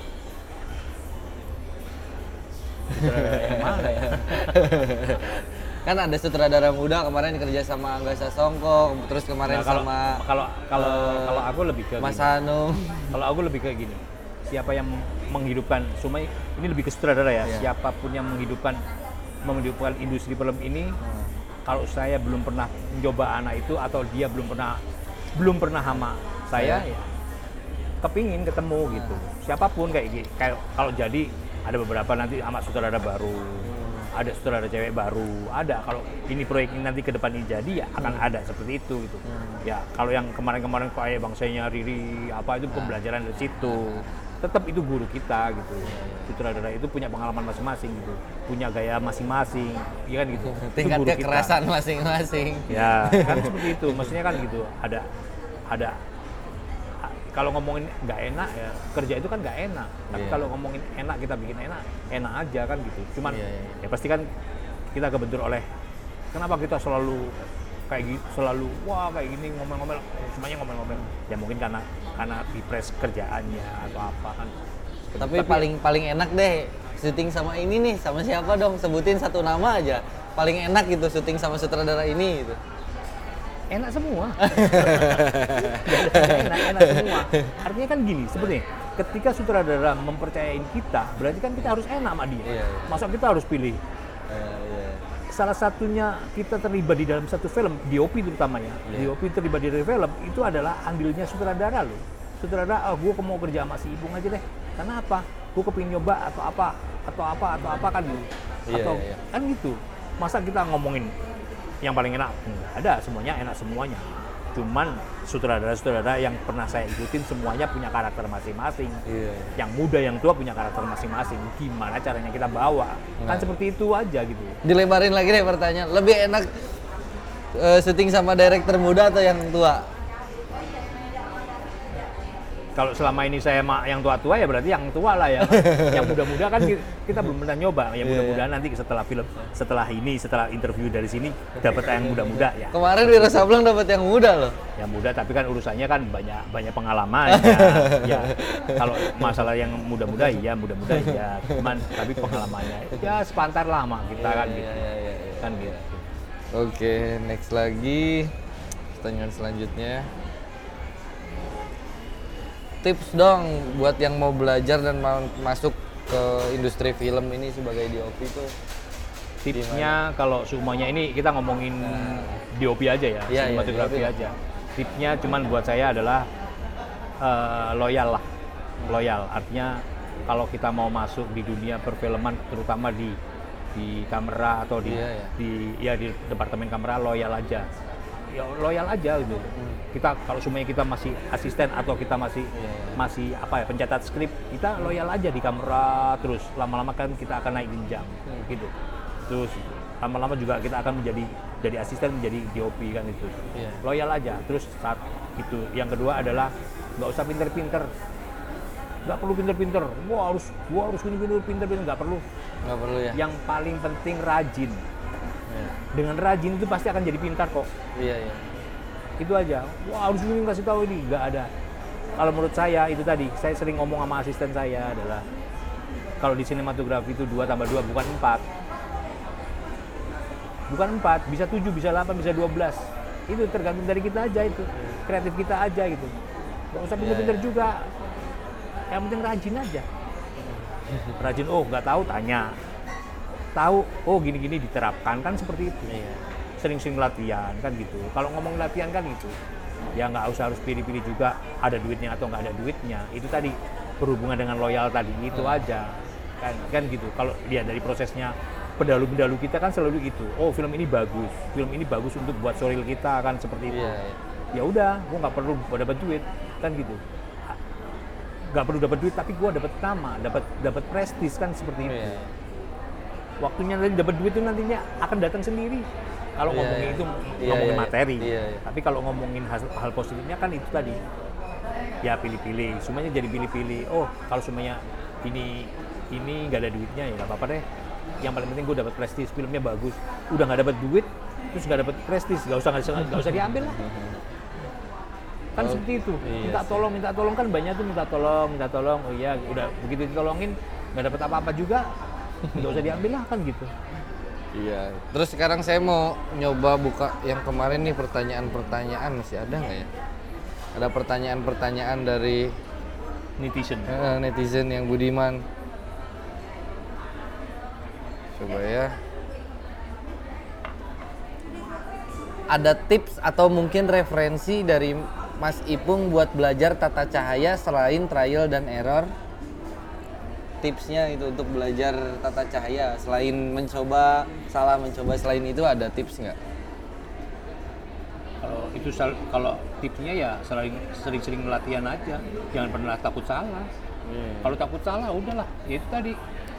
Yang mana ya? Kan ada sutradara muda kemarin kerja sama Angga Sasongko, terus kemarin Nah, kalau sama kalau kalau eh, kalau aku lebih ke Mas gini. Hanung. Kalau aku lebih kayak gini, siapa yang menghidupkan, Sumai ini lebih ke sutradara ya, Iya. siapapun yang menghidupkan menghidupkan industri film ini, kalau saya belum pernah mencoba anak itu atau dia belum pernah belum pernah hama saya, ya, kepingin ketemu gitu. Siapapun kayak gitu. Kayak kalau jadi ada beberapa nanti sama sutradara baru, ada sutradara cewek baru, ada. Kalau ini proyek ini nanti ke depan ini jadi ya akan hmm. ada seperti itu gitu. Hmm. Ya kalau yang kemarin-kemarin kayak bangsanya Riri apa itu pembelajaran dari situ. Tetap itu guru kita gitu. Sutradara itu punya pengalaman masing-masing gitu, punya gaya masing-masing, ya kan gitu. Tingkat kekerasan kita. Masing-masing. Ya kan seperti itu. Maksudnya kan gitu. Ada ada kalau ngomongin nggak enak ya kerja itu kan nggak enak. Tapi yeah. kalau ngomongin enak kita bikin enak, enak aja kan gitu. Cuman yeah, yeah. ya pasti kan kita kebentur oleh kenapa kita selalu kayak gitu, selalu wah kayak gini ngomel-ngomel, semuanya ngomel-ngomel. Ya mungkin karena karena dipres kerjaannya atau apa kan. Tapi, Tapi paling paling enak deh syuting sama ini nih, sama siapa dong? Sebutin satu nama aja. Paling enak gitu syuting sama sutradara ini gitu. Enak semua. enak, enak semua. Artinya kan gini, sebenarnya ketika sutradara mempercayain kita, berarti kan kita harus enak sama dia. Iya, iya. Masa kita harus pilih? Iya, iya. Salah satunya kita terlibat di dalam satu film, D O P terutamanya. Iya. D O P terlibat di dalam film, itu adalah andilnya sutradara loh. Sutradara, oh gue mau kerja sama si Ibung aja deh. Karena apa? Gue kepingin nyoba atau apa, atau apa, atau apa kan gitu. Iya, atau iya. kan gitu. Masa kita ngomongin yang paling enak? Enggak ada, semuanya enak semuanya. Cuman sutradara-sutradara yang pernah saya ikutin semuanya punya karakter masing-masing. Yeah. Yang muda, yang tua punya karakter masing-masing. Gimana caranya kita bawa? Nah. Kan seperti itu aja gitu. Dilebarin lagi deh pertanyaan. Lebih enak uh, syuting sama director muda atau yang tua? Kalau selama ini saya yang tua-tua ya berarti yang tua lah ya. Yang muda-muda kan kita belum pernah nyoba. Yang muda-mudahan nanti setelah film, setelah ini, setelah interview dari sini dapat yang muda-muda ya. Kemarin Wiro Sableng dapat yang muda loh. Yang muda tapi kan urusannya kan banyak banyak pengalaman ya. Kalau masalah yang muda-muda iya, muda-muda iya. Cuman tapi pengalamannya ya sepantar lah sama kita kan gitu. Kan gitu. Oke, next lagi pertanyaan selanjutnya. Tips dong buat yang mau belajar dan mau masuk ke industri film ini sebagai D O P itu. Tipsnya kalau semuanya ini kita ngomongin nah. D O P aja ya, ya sinematografi ya, aja. Tipsnya cuman buat saya adalah uh, loyal lah, loyal. Artinya kalau kita mau masuk di dunia perfilman, terutama di di kamera atau di ya, ya. di ya di departemen kamera, loyal aja. Ya loyal aja gitu. Hmm. Kita kalau semuanya kita masih asisten atau kita masih yeah. masih apa ya pencatat skrip, kita loyal aja di kamera terus lama-lama kan kita akan naik jenjang hmm. gitu. Terus lama-lama juga kita akan menjadi jadi asisten menjadi D O P kan itu. Yeah. Loyal aja. Terus saat itu yang kedua adalah nggak usah pinter-pinter. Nggak perlu pinter-pinter. Wah harus gua harus pinter-pinter pinter-pinter nggak perlu. Nggak perlu ya. Yang paling penting rajin. Dengan rajin itu pasti akan jadi pintar kok. Iya, iya. Itu aja. Wah, harus ini kasih tahu ini, nggak ada. Kalau menurut saya itu tadi, saya sering ngomong sama asisten saya adalah kalau di sinematografi itu dua tambah dua bukan empat. Bukan empat, bisa tujuh, bisa delapan, bisa dua belas. Itu tergantung dari kita aja itu. Kreatif kita aja gitu. Nggak usah pintar-pintar yeah, yeah. juga. Yang penting rajin aja. Rajin, oh nggak tahu tanya. Tahu, oh gini-gini diterapkan kan seperti itu. Iya. Sering-sering latihan kan gitu. Kalau ngomong latihan kan gitu, ya nggak usah harus pilih-pilih juga ada duitnya atau nggak ada duitnya. Itu tadi berhubungan dengan loyal tadi itu hmm. aja kan kan gitu. Kalau lihat dari prosesnya pendalu-pendalu kita kan selalu gitu. Oh film ini bagus, film ini bagus untuk buat showreel kita kan seperti itu. Iya, iya. Ya udah, gua nggak perlu dapat duit kan gitu. Nggak perlu dapat duit tapi gua dapat nama, dapat dapat prestis kan seperti itu. Iya, iya. Waktunya nanti dapat duit itu nantinya akan datang sendiri. Kalau yeah, ngomongin yeah. itu yeah, ngomongin yeah, materi, yeah, yeah. tapi kalau ngomongin hal, hal positifnya kan itu tadi. Ya pilih-pilih, semuanya jadi pilih-pilih. Oh kalau semuanya ini ini nggak ada duitnya ya nggak apa-apa deh. Yang paling penting gue dapat prestis, filmnya bagus. Udah nggak dapat duit, terus nggak dapat prestis, nggak usah nggak usah diambil lah. Kan oh, seperti itu. Minta tolong, minta tolong kan banyak tuh minta tolong, minta tolong. Oh iya, udah begitu ditolongin nggak dapat apa-apa juga. Nggak usah diambil lah kan gitu. Iya. Terus sekarang saya mau nyoba buka yang kemarin nih pertanyaan-pertanyaan masih ada nggak ya? Ada pertanyaan-pertanyaan dari netizen. Eh, netizen yang budiman. Coba ya. Ada tips atau mungkin referensi dari Mas Ipung buat belajar tata cahaya selain trial dan error? Tipsnya itu untuk belajar tata cahaya selain mencoba, salah mencoba, selain itu ada tips nggak? Kalau itu sal- kalau tipsnya ya sering sering-sering latihan aja, jangan pernah takut salah. Hmm. Kalau takut salah udahlah, ya itu tadi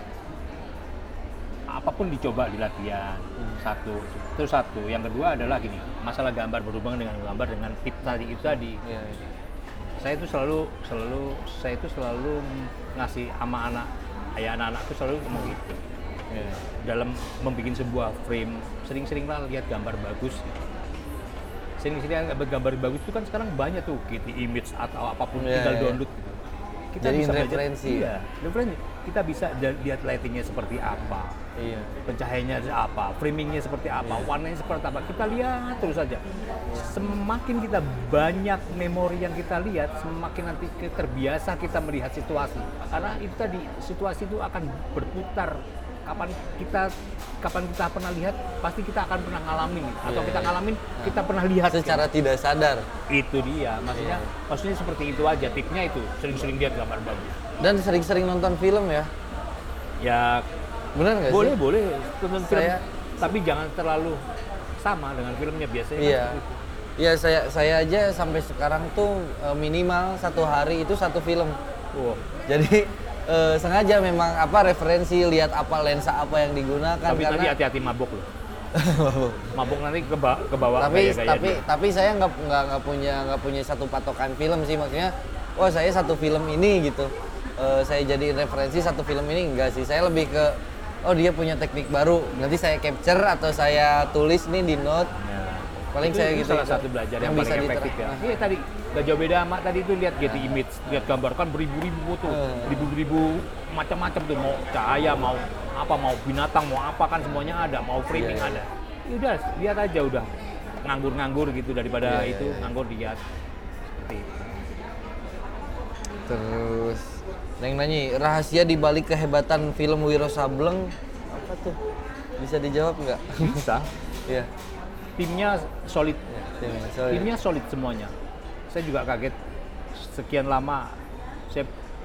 apapun dicoba di latihan. Hmm. Satu, terus satu. Yang kedua adalah gini, masalah gambar berhubungan dengan gambar dengan tips tadi itu tadi. Iya, iya. Saya itu selalu selalu saya itu selalu ngasih sama anak ayah anak-anak itu selalu ngomong gitu. Iya. Dalam membuat sebuah frame, sering-seringlah lihat gambar bagus. Sering-sering lihat gambar bagus itu kan sekarang banyak tuh G T image atau apapun Iya, tinggal iya. download gitu. Kita Jadi bisa belajar- referensi. Iya, referensi. Kita bisa ja- lihat lightingnya seperti apa, Iya. pencahayaannya apa, framingnya seperti apa, Iya. warnanya seperti apa. Kita lihat terus saja. Semakin kita banyak memori yang kita lihat, semakin nanti ke- terbiasa kita melihat situasi. Karena itu tadi situasi itu akan berputar. Kapan kita kapan kita pernah lihat, pasti kita akan pernah ngalamin. Atau Iya, kita iya. ngalamin, kita pernah lihat. Secara tidak sadar. Itu dia, maksudnya, Iya. maksudnya seperti itu aja. Tipsnya itu sering-sering lihat gambar bagus. Dan sering-sering nonton film ya. Ya Bener nggak boleh sih? boleh tonton film, Saya- tapi jangan terlalu sama dengan filmnya biasanya. Iya. kan gitu. Iya, saya saya aja sampai sekarang tuh eh, minimal satu hari itu satu film. Wow. Jadi eh, sengaja memang apa referensi, lihat apa lensa apa yang digunakan Tapi nanti karena hati-hati mabuk loh. Mabuk nanti ke, ba- ke bawah tapi gaya-gaya tapi dia. tapi saya nggak nggak nggak punya nggak punya satu patokan film sih, maksudnya oh saya satu film ini gitu. Eh, saya jadiin referensi satu film ini, enggak sih, saya lebih ke oh dia punya teknik baru, nanti saya capture atau saya tulis nih di note. Ya. Paling Itu- saya itu gitu salah itu. satu belajar yang, Yang paling bisa efektif ya. diterapkan. Iya tadi gak jauh beda sama tadi itu lihat G T image, lihat gambar kan beribu-ribu foto, Hmm. beribu-ribu macam-macam tuh, mau cahaya, mau apa, mau binatang, mau apa kan semuanya ada, mau framing Iya, iya. ada. Ya udah lihat aja udah nganggur-nganggur gitu daripada Iya, iya, itu iya. nganggur lihat. Seperti itu. Terus Neng nanyi, rahasia di balik kehebatan film Wiro Sableng apa tuh? Bisa dijawab nggak? Bisa. Iya. Timnya solid. Ya, timnya, sorry. Timnya solid semuanya. Saya juga kaget sekian lama saya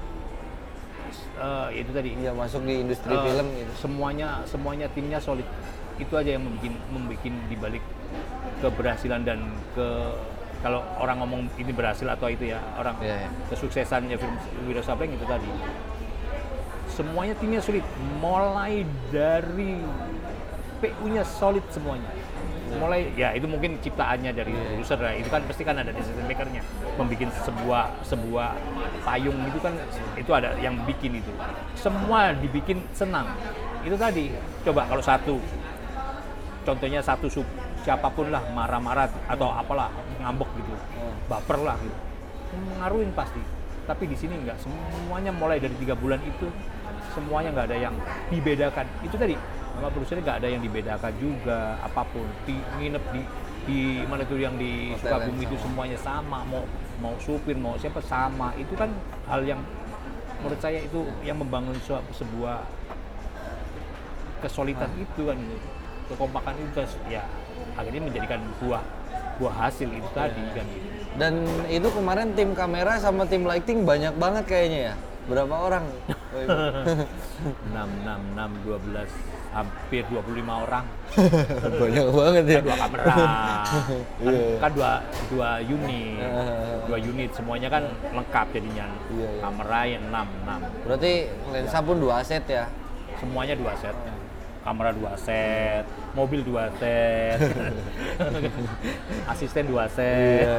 eh, itu tadi Iya, masuk di industri eh, film gitu. semuanya semuanya timnya solid. Itu aja yang membuat membuat dibalik keberhasilan dan ke kalau orang ngomong ini berhasil atau itu ya orang Iya, iya. kesuksesannya film Wiro Sableng itu tadi. Semuanya timnya solid, mulai dari P U-nya solid semuanya. Mulai ya itu mungkin ciptaannya dari Iya. produser lah. Itu kan pasti kan ada decision maker-nya. Membikin sebuah sebuah payung itu kan itu ada yang bikin itu. Semua dibikin senang. Itu tadi. Coba kalau satu contohnya satu sub siapapun lah marah-marah atau apalah ngambek gitu. Baper lah gitu. Ngaruhin pasti. Tapi di sini enggak, semuanya mulai dari tiga bulan itu semuanya nggak ada yang dibedakan. Itu tadi sama produsernya nggak ada yang dibedakan juga apapun. Di, nginep di di mana tuh yang di Hotel Sukabumi yang itu sama. semuanya sama, mau mau supir mau siapa sama. Itu kan hal yang menurut saya itu yang membangun su- sebuah kesolidan Ah. itu kan gitu. Kekompakan itu kan, ya akhirnya menjadikan buah buah hasil itu tadi Iya. kan gitu. Dan itu kemarin tim kamera sama tim lighting banyak banget kayaknya ya. Berapa orang? Oh, iya. enam, enam, enam, dua belas, hampir dua puluh lima orang. Banyak banget ya. Kan dua kamera, kan, Iya. kan dua, dua unit, Ah. dua unit semuanya kan lengkap jadinya. Iya, iya. Kamera yang enam, enam, Berarti lensa pun dua set ya. semuanya dua set. Kamera dua set, mobil dua set, asisten dua set. Iya.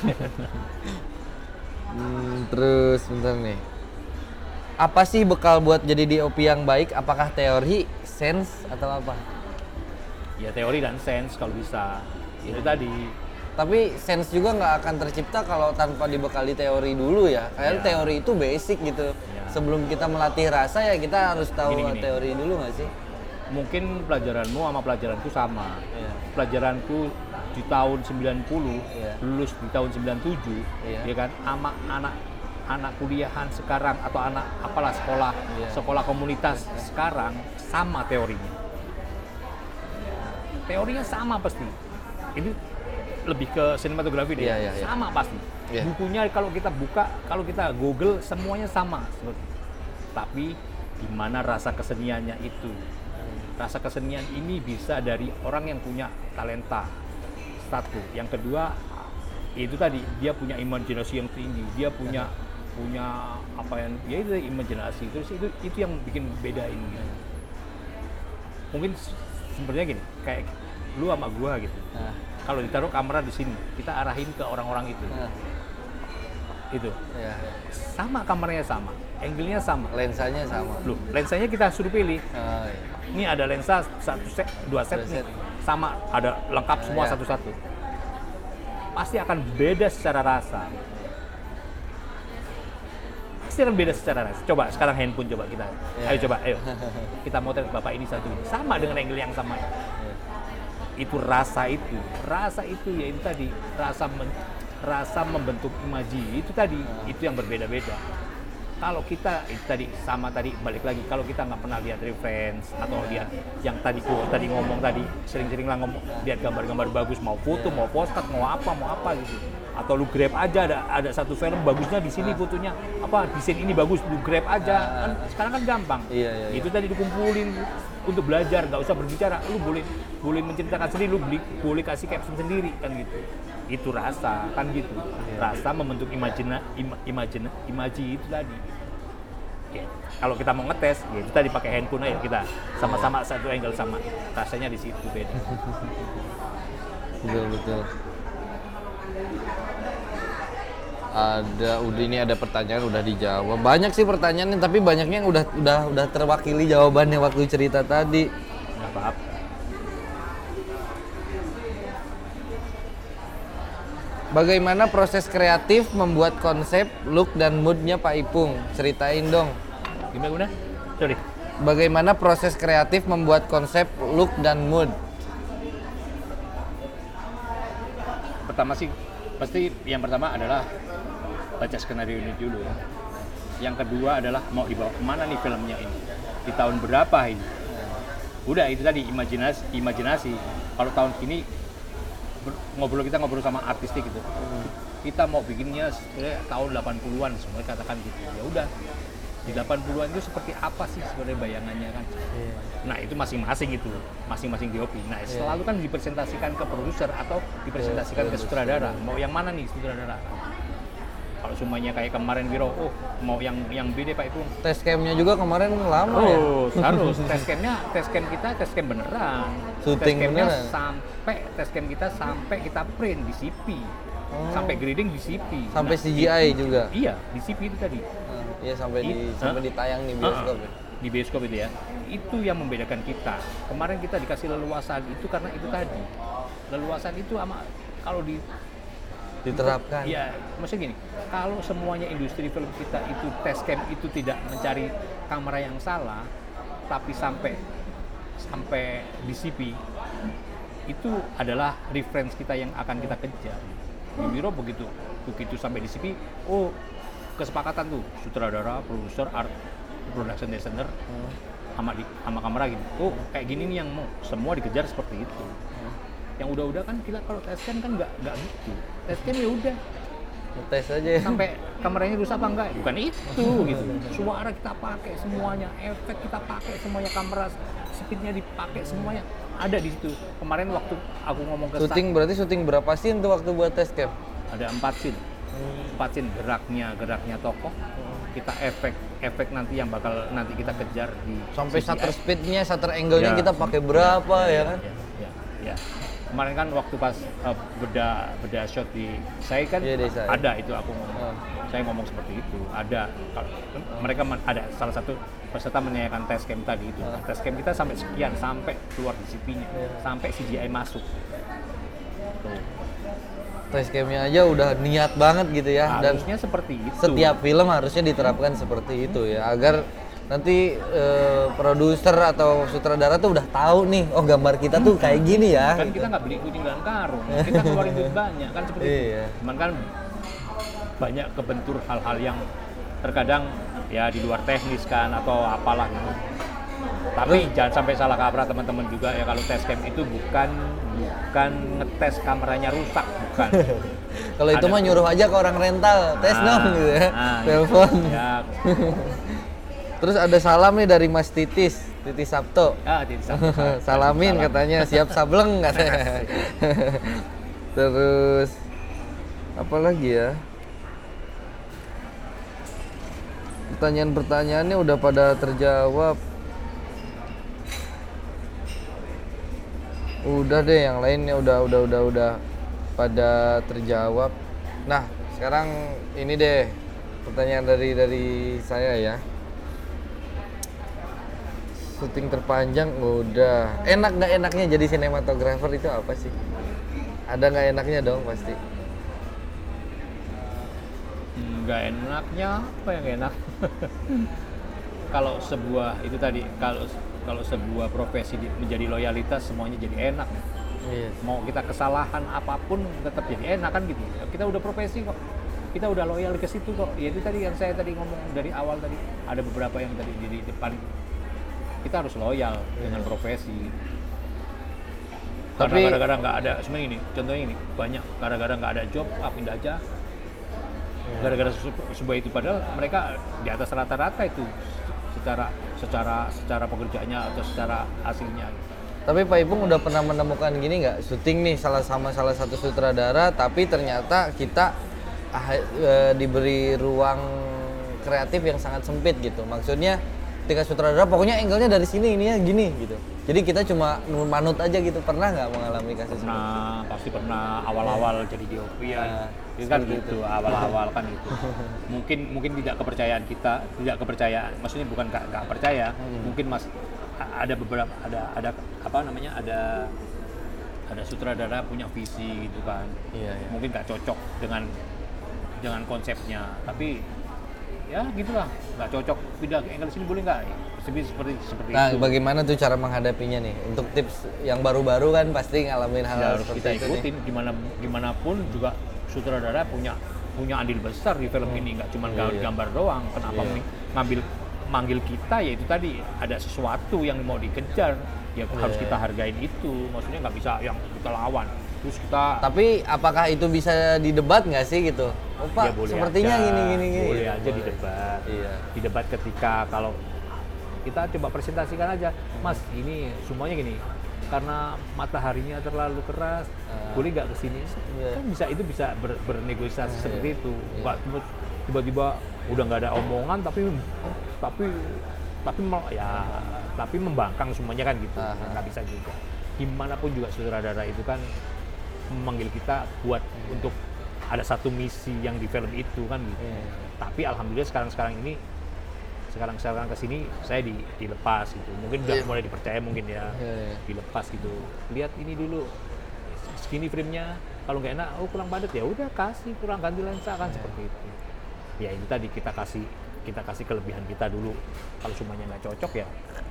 Hmm, terus bentar nih. Apa sih bekal buat jadi D O P yang baik? Apakah teori, sense atau apa? Ya teori dan sense kalau bisa. Itu tadi. Tapi sense juga nggak akan tercipta kalau tanpa dibekali teori dulu ya. Kayak Iya. teori itu basic gitu. Iya. Sebelum kita melatih rasa ya kita harus tahu Gini, gini. teori dulu nggak sih? Mungkin pelajaranmu sama pelajaranku sama. Iya. Pelajaranku di tahun sembilan puluh, Iya. lulus di tahun sembilan puluh tujuh, Iya. ya kan? Ama anak anak kuliahan sekarang atau anak apalah sekolah Iya. sekolah komunitas sekarang sama teorinya. Teorinya sama pasti. Ini lebih ke sinematografi deh. Iya, iya, iya. Sama pasti. Yeah. Bukunya kalau kita buka, kalau kita Google semuanya sama. Tapi di mana rasa keseniannya itu? Rasa kesenian ini bisa dari orang yang punya talenta. Satu. Yang kedua, itu tadi dia punya imajinasi yang tinggi, dia punya punya apa yang ya itu imajinasi. Terus itu itu yang bikin bedain gitu. Mungkin sebenarnya gini, kayak lu sama gua gitu. Nah. Kalau ditaruh kamera di sini, kita arahin ke orang-orang itu. Nah. Itu. Ya. Sama kameranya sama, angle-nya sama. Lensanya sama. Loh, lensanya kita suruh pilih. Oh, iya. Ini ada lensa satu set, dua set, Dua nih. set. Sama, ada lengkap semua Iya. satu-satu. Pasti akan beda secara rasa. Pasti akan beda secara rasa. Coba sekarang handphone coba kita. Iya. Ayo coba, ayo. Kita motret bapak ini satu. Sama dengan angle yang sama. Iya. Itu rasa itu, rasa itu ya itu tadi rasa men, rasa membentuk imaji itu tadi itu yang berbeda-beda. Kalau kita itu tadi sama tadi balik lagi kalau kita nggak pernah lihat reference atau lihat yang tadi gua tadi ngomong tadi sering-sering lah ngomong lihat gambar-gambar bagus mau foto mau postcard mau apa mau apa gitu atau lu grab aja ada ada satu film bagusnya di sini fotonya apa desain ini bagus lu grab aja kan sekarang kan gampang. Iya, iya, iya. Itu tadi dikumpulin untuk belajar nggak usah berbicara lu boleh boleh menceritakan sendiri lu beli, boleh kasih caption sendiri kan gitu itu rasa kan gitu rasa membentuk imajina im, imajina imaji itu tadi ya, kalau kita mau ngetes ya itu tadi pakai handphone aja kita sama-sama satu angle sama rasanya di situ beda. Betul betul. Ada udah ini ada pertanyaan udah dijawab. Banyak sih pertanyaannya tapi banyaknya yang udah udah udah terwakili jawabannya waktu cerita tadi. Nggak apa-apa. Bagaimana proses kreatif membuat konsep, look dan moodnya Pak Ipung? Ceritain dong. Gimana gimana? Sorry. Bagaimana proses kreatif membuat konsep, look dan mood? Pertama sih pasti yang pertama adalah baca skenario ini dulu ya. Yang kedua adalah mau dibawa kemana nih filmnya ini, di tahun berapa ini. Udah itu tadi imajinasi, imajinasi. Kalau tahun ini ber- ngobrol kita ngobrol sama artistik gitu. Kita mau bikinnya sebenarnya tahun delapan puluhan semua katakan gitu. Ya udah di delapan puluhan itu seperti apa sih sebenarnya bayangannya kan. Nah itu masing-masing itu, masing-masing D O P. Nah selalu kan dipresentasikan ke produser atau dipresentasikan ke sutradara. Mau yang mana nih sutradara? Kalau semuanya kayak kemarin Wiro, oh mau yang yang B deh Pak Ipung. Tes camnya juga kemarin lama ya? Terus harus tes camnya, tes cam kita tes cam beneran. Syuting tes camnya beneran? sampai tes cam kita sampai kita print di C P, Oh. sampai grading di C P. Sampai Nah, C G I juga? Iya di C P itu tadi. Iya sampai di It- sampai Hah? ditayang di bioskop. Uh-uh. Ya? Di bioskop itu ya. Itu yang membedakan kita. Kemarin kita dikasih leluasan itu karena itu tadi. Leluasan itu ama kalau di Diterapkan. ya maksudnya gini, kalau semuanya industri film kita itu test cam itu tidak mencari kamera yang salah, tapi sampai sampai di C P itu adalah reference kita yang akan kita kejar. Di Wiro begitu, begitu sampai di C P, oh kesepakatan tuh sutradara, produser, art, production designer, Hmm. sama di sama kamera gitu. Oh kayak gini nih yang mau semua dikejar seperti itu. Yang udah-udah kan kita kalau test cam kan nggak nggak gitu. Test cam ya udah Tes aja ya. sampai kameranya rusak apa enggak? Bukan itu gitu. Suara kita pakai semuanya, efek kita pakai semuanya, kamera speednya dipakai semuanya ada di situ. Kemarin waktu aku ngomong ke Syuting berarti syuting berapa scene tuh waktu buat tes cam? ada empat scene, empat scene geraknya geraknya tokoh. Kita efek efek nanti yang bakal nanti kita kejar di Sampai C G I. shutter speednya, shutter angle-nya Ya. kita pakai berapa ya, kan? Ya, ya, ya. Kemarin kan waktu pas uh, beda beda shot di saya kan Iya, di saya. ada itu aku ngomong. Oh. Saya ngomong seperti itu. Ada kalau mereka men- ada salah satu peserta menanyakan test cam tadi itu. Oh. Test cam kita sampai sekian sampai keluar di C P-nya, Iya. sampai C G I masuk. Tuh. Tes camnya aja udah niat banget gitu ya. Dan Harusnya seperti itu. setiap film harusnya diterapkan seperti itu ya, agar nanti eh, produser atau sutradara tuh udah tahu nih, oh gambar kita tuh kayak gini ya. Kan kita nggak beli kucing dalam karung, kita keluarin duit banyak kan seperti itu. Iya. Cuman kan banyak kebentur hal-hal yang terkadang ya di luar teknis kan atau apalah gitu. Tapi jangan sampai salah kaprah teman-teman juga ya, kalau test cam itu bukan bukan ngetes kameranya rusak, bukan. Kalau itu Ada. mah nyuruh aja ke orang rental, tes Ah, dong gitu ya, ah, telepon. Ya, Terus ada salam nih dari Mas Titis, Titis Sabto. ah, tidak sama. Salamin Salam. katanya, siap sableng katanya. Terus apa lagi ya? Pertanyaan-pertanyaannya udah pada terjawab. Udah deh, yang lainnya udah udah udah udah pada terjawab. Nah, sekarang ini deh pertanyaan dari dari saya ya. Syuting terpanjang udah. Enak nggak enaknya jadi sinematografer itu apa sih? Ada nggak enaknya dong pasti. Nggak enaknya apa yang enak? Kalau sebuah itu tadi kalau kalau sebuah profesi di- menjadi loyalitas semuanya jadi enak. Iya. Mau kita kesalahan apapun tetap jadi enak kan gitu. Kita udah profesi kok. Kita udah loyal ke situ kok. Ya itu tadi yang saya tadi ngomong dari awal tadi. Ada beberapa yang tadi di depan. Kita harus loyal dengan profesi. Karena Tapi- gara-gara nggak ada, sebenarnya ini, contohnya ini banyak gara-gara nggak ada job, ah pindah aja. Gara-gara sesu- sebuah itu padahal mereka di atas rata-rata itu secara secara secara pekerjaannya atau secara hasilnya. Tapi Pak Ipung udah pernah menemukan gini nggak, syuting nih salah sama salah satu sutradara, tapi ternyata kita ah, e, diberi ruang kreatif yang sangat sempit gitu. Maksudnya ketika sutradara pokoknya angle-nya dari sini ini ya gini gitu. Jadi kita cuma manut aja gitu. Pernah nggak mengalami kasus seperti itu? Pernah, pasti pernah awal-awal jadi D O P ya. Nah, itu kan seperti gitu, awal-awal kan gitu. Mungkin mungkin tidak kepercayaan kita, tidak kepercayaan. Maksudnya bukan nggak nggak percaya, mungkin mas a- ada beberapa ada ada apa namanya ada ada sutradara punya visi gitu kan. Iya, iya. Mungkin nggak cocok dengan dengan konsepnya, tapi ya gitulah, nggak cocok pindah ke angle sini boleh nggak? Ya, seperti seperti seperti Nah, itu. bagaimana tuh cara menghadapinya nih? Untuk tips yang baru-baru kan pasti ngalamin hal Ya, harus seperti kita itu ikutin nih. gimana gimana pun juga sutradara punya punya andil besar di film ini, nggak cuma Iya, iya. gambar doang. Kenapa Iya. mi- ngambil manggil kita ya itu tadi ada sesuatu yang mau dikejar ya harus Iya. kita hargain itu. Maksudnya nggak bisa yang kita lawan terus kita Tapi apakah itu bisa didebat nggak sih gitu? Oh, Pak, ya boleh sepertinya aja, gini gini gini. boleh Gitu. aja di debat. Iya. Di debat ketika kalau kita coba presentasikan aja, Mas ini semuanya gini, karena mataharinya terlalu keras, boleh nggak kesini? Iya. Kan bisa itu bisa ber- bernegosiasi Iya, seperti itu. iya. Nggak tiba- tiba-tiba udah nggak ada omongan tapi tapi tapi mel- ya tapi membangkang semuanya kan gitu, Aha. nggak bisa juga. Gimana pun juga sutradara itu kan memanggil kita buat untuk ada satu misi yang di film itu kan gitu. Iya. Tapi alhamdulillah sekarang-sekarang ini sekarang-sekarang kesini saya di, dilepas gitu. Mungkin udah Iya. mulai dipercaya mungkin ya. Iya, iya. Dilepas gitu. Lihat ini dulu. Segini frame-nya. Kalau nggak enak, oh kurang padat ya udah kasih kurang ganti lensa kan seperti itu. Ya itu tadi kita kasih kita kasih kelebihan kita dulu. Kalau semuanya nggak cocok ya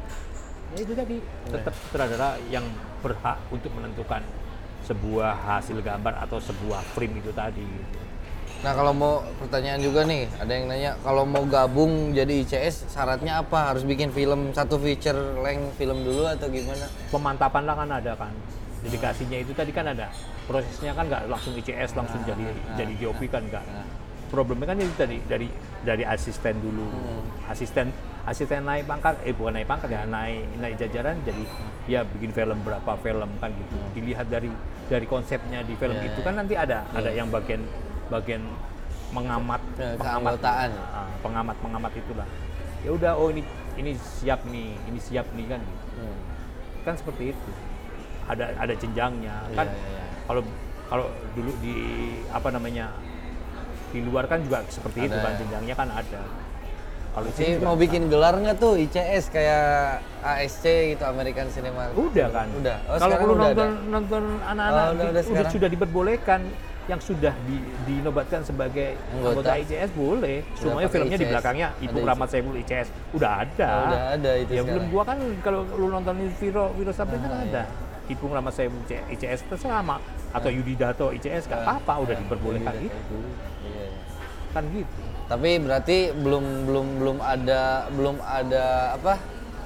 ya itu tadi tetap sutradara yang berhak untuk menentukan sebuah hasil gambar atau sebuah frame itu tadi gitu. Nah, kalau mau pertanyaan juga nih, ada yang nanya kalau mau gabung jadi I C S syaratnya apa? Harus bikin film satu feature length film dulu atau gimana? Pemantapan lah kan ada kan, dedikasinya itu tadi kan ada, prosesnya kan nggak langsung I C S langsung Nah, jadi nah, jadi D O P kan nggak. nah. Problemnya kan itu tadi dari dari asisten dulu, Hmm. asisten asisten naik pangkat, eh bukan naik pangkat ya naik naik jajaran jadi ya bikin film berapa film kan gitu. Dilihat dari dari konsepnya di film Ya, itu ya. kan nanti ada ada Ya. yang bagian bagian mengamat Ya, pengamat keanggotaan. ah, pengamat pengamat itulah. Ya udah oh ini ini siap nih ini siap nih kan gitu. Hmm. Kan seperti itu ada ada jenjangnya kan Iya, iya, iya. kalau kalau dulu di apa namanya di luar kan juga seperti itu Ada. kan jenjangnya kan ada kalau di Si sini mau juga bikin gelar nggak tuh I C S kayak A S C gitu, American Cinema? udah kan Udah. Oh, kalau sekarang lu udah nonton ada? nonton anak-anak Oh, udah, di- udah udah sekarang. sudah diperbolehkan yang sudah di, dinobatkan sebagai Anggota. anggota I C S boleh semuanya pakai filmnya I C di S. belakangnya Ada Ipung I C S. Rahmat Saiful I C S udah ada Oh, udah ada itu ya sekarang. belum gua kan kalau lu nonton Viro Viro Sabrina kan Ah, ada Ipung Rahmat Saiful I C S terserah sama atau Yudi Dato I C S nggak apa-apa udah Ah, diperbolehkan udah, itu Iya. kan gitu. Tapi berarti belum belum belum ada belum ada apa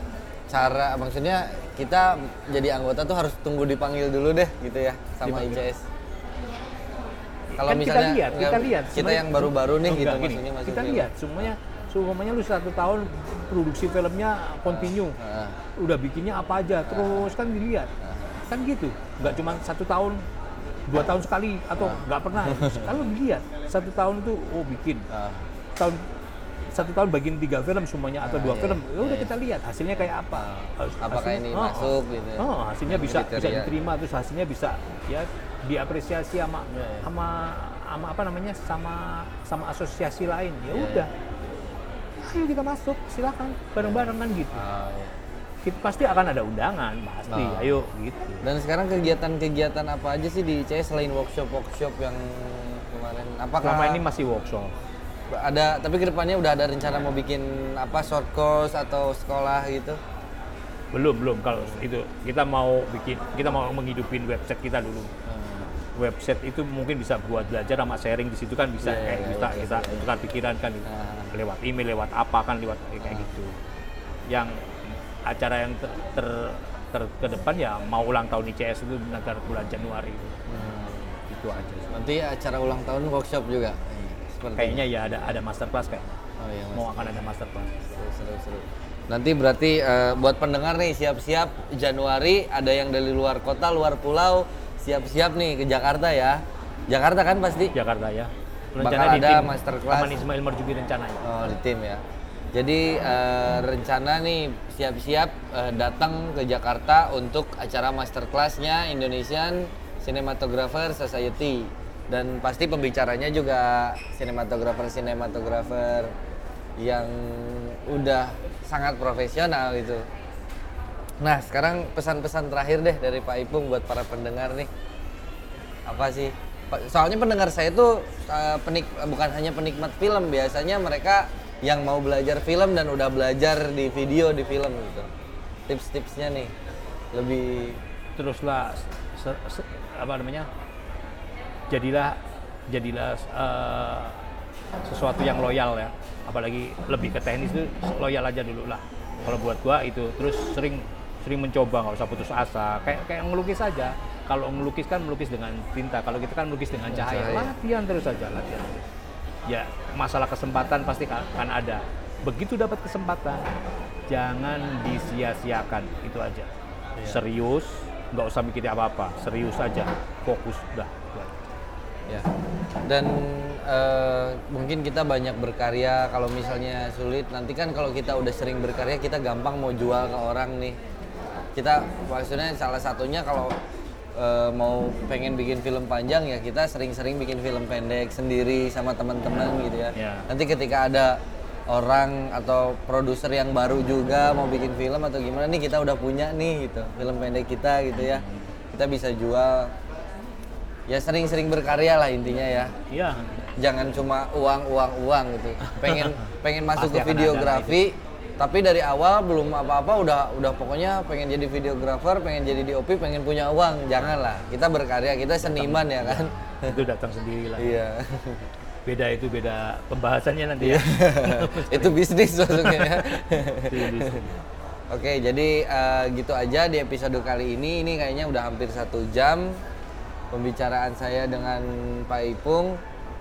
cara, maksudnya kita jadi anggota tuh harus tunggu dipanggil dulu deh gitu ya sama I C Dipanggil. S. Kalau kan misalnya kita lihat, kita nggak- lihat. kita sebenarnya- yang baru-baru nih Enggak, gitu gini, maksudnya masuk kita film. lihat semuanya, semuanya lu satu tahun produksi filmnya continue, Ah. udah bikinnya apa aja, terus kan dilihat, kan gitu, nggak cuma satu tahun, dua tahun sekali atau nggak pernah. Kalau dilihat satu tahun itu, oh bikin Ah. tahun satu tahun bagiin tiga film semuanya atau Ah, dua iya, film, iya, ya udah iya. kita lihat hasilnya kayak apa. Has- Apakah hasilnya- ini oh, masuk gitu ya? Oh, hasilnya bisa bisa Kriteria. diterima, terus hasilnya bisa ya diapresiasi sama Iya, iya. sama sama apa namanya sama sama asosiasi lain. Ya Iya, udah, ayo kita masuk, silakan bareng-bareng kan gitu. Ah, iya. Kita pasti akan ada undangan, pasti. Ah. Ayo gitu. Dan sekarang kegiatan-kegiatan apa aja sih di I C S selain workshop-workshop yang kemarin? Apakah Selama ini masih workshop. ada, tapi kedepannya udah ada rencana mau bikin apa short course atau sekolah gitu? Belum, belum. Kalau itu kita mau bikin, kita mau menghidupin website kita dulu. Website itu mungkin bisa buat belajar sama sharing di situ kan bisa Iya, kayak iya, kita iya, kita iya. tukar pikiran kan Ah. lewat email, lewat apa kan lewat kayak gitu. Yang acara yang ter, ter, ter- ke depan ya mau ulang tahun I C S itu nanti bulan Januari. Itu aja. Nanti acara ulang tahun workshop juga? Seperti Kayaknya ya ada ada masterclass kayak. Oh iya, Mas. Mau akan ada masterclass. Seru, seru, seru. Nanti berarti eh, buat pendengar nih siap-siap Januari ada yang dari luar kota, luar pulau, siap-siap nih ke Jakarta ya. Jakarta kan pasti? Jakarta ya. Bakal di ada tim masterclass. Taman Ismail Marzuki rencananya. Oh, di tim ya. Jadi eh, rencana nih siap-siap eh, datang ke Jakarta untuk acara masterclass-nya Indonesian Cinematographer Society. Dan pasti pembicaranya juga sinematografer-sinematografer yang udah sangat profesional gitu. Nah, sekarang pesan-pesan terakhir deh dari Pak Ipung buat para pendengar nih. Apa sih? Pa- Soalnya pendengar saya tuh eh, penik bukan hanya penikmat film, biasanya mereka yang mau belajar film dan udah belajar di video di film gitu. Tips-tipsnya nih lebih Teruslah se- se- apa namanya? Jadilah jadilah eh, sesuatu yang loyal ya. Apalagi lebih ke teknis itu loyal aja dulu lah. Kalau buat gua itu terus sering sering mencoba, nggak usah putus asa. Kayak kayak ngelukis aja. Kalau ngelukis kan melukis dengan tinta. Kalau kita kan melukis dengan cahaya. cahaya. Latihan terus aja, latihan. Ya, masalah kesempatan pasti akan ada. Begitu dapat kesempatan, jangan disia-siakan. Itu aja. Serius, nggak usah mikirin apa-apa. Serius aja, fokus udah. ya. Dan eh, mungkin kita banyak berkarya, kalau misalnya sulit nanti kan kalau kita udah sering berkarya kita gampang mau jual ke orang nih. Kita maksudnya salah satunya kalau eh, mau pengen bikin film panjang ya kita sering-sering bikin film pendek sendiri sama teman-teman gitu ya. Ya. Nanti ketika ada orang atau produser yang baru juga mau bikin film atau gimana nih kita udah punya nih gitu film pendek kita gitu ya. Kita bisa jual. Ya sering-sering berkarya lah intinya ya. Iya. Jangan cuma uang uang uang gitu. Pengen pengen masuk Pasti ke akan videografi, tapi dari awal belum apa-apa udah udah pokoknya pengen jadi videografer, pengen jadi D O P, pengen punya uang. Janganlah. Kita berkarya, kita seniman ya kan. Itu datang sendiri lah. Iya. Beda itu beda pembahasannya nanti ya. Itu bisnis maksudnya ya. Itu bisnis. Oke, jadi eh, gitu aja di episode kali ini. Ini kayaknya udah hampir satu jam pembicaraan saya dengan Pak Ipung.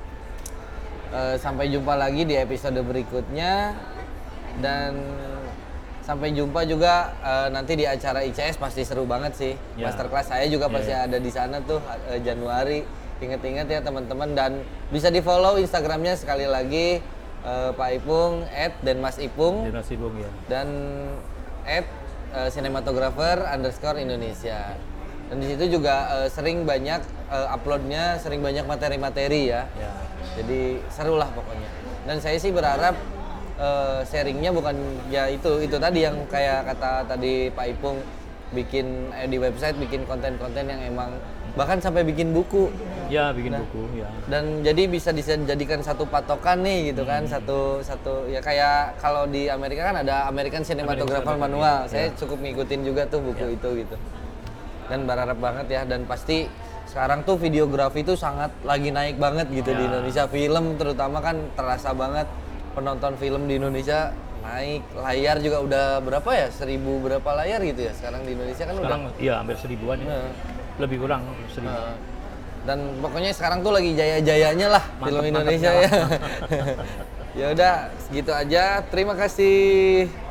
Eh, sampai jumpa lagi di episode berikutnya dan sampai jumpa juga eh, nanti di acara I C S pasti seru banget sih. Ya. Masterclass saya juga Ya, pasti ya. ada di sana tuh eh, Januari. Ingat-ingat ya teman-teman dan bisa di follow Instagramnya sekali lagi eh, Pak Ipung at dan Mas Ipung Generasi Bung ya. dan at uh, cinematographer underscore Indonesia. Dan di situ juga uh, sering banyak uh, uploadnya, sering banyak materi-materi ya. Ya. Jadi seru lah pokoknya. Dan saya sih berharap uh, sharingnya bukan ya itu itu tadi yang kayak kata tadi Pak Ipung bikin eh, di website bikin konten-konten yang emang bahkan sampai bikin buku. Ya, bikin Nah. buku ya. Dan jadi bisa dijadikan satu patokan nih gitu kan, satu satu ya kayak kalau di Amerika kan ada American Cinematographer American Manual. Cinematographer, Saya ya. cukup ngikutin juga tuh buku Ya. itu gitu. Dan berharap banget ya dan pasti sekarang tuh videografi itu sangat lagi naik banget gitu di Ya. Indonesia. Film terutama kan terasa banget penonton film di Indonesia naik. Layar juga udah berapa ya? Seribu berapa layar gitu ya sekarang di Indonesia kan Sekarang udah. iya hampir seribuan ya. Nah. Lebih kurang seribu. Nah, Dan pokoknya sekarang tuh lagi jaya-jayanya lah Mantep, film mantepnya Indonesia lah. ya. Ya udah, segitu aja. Terima kasih.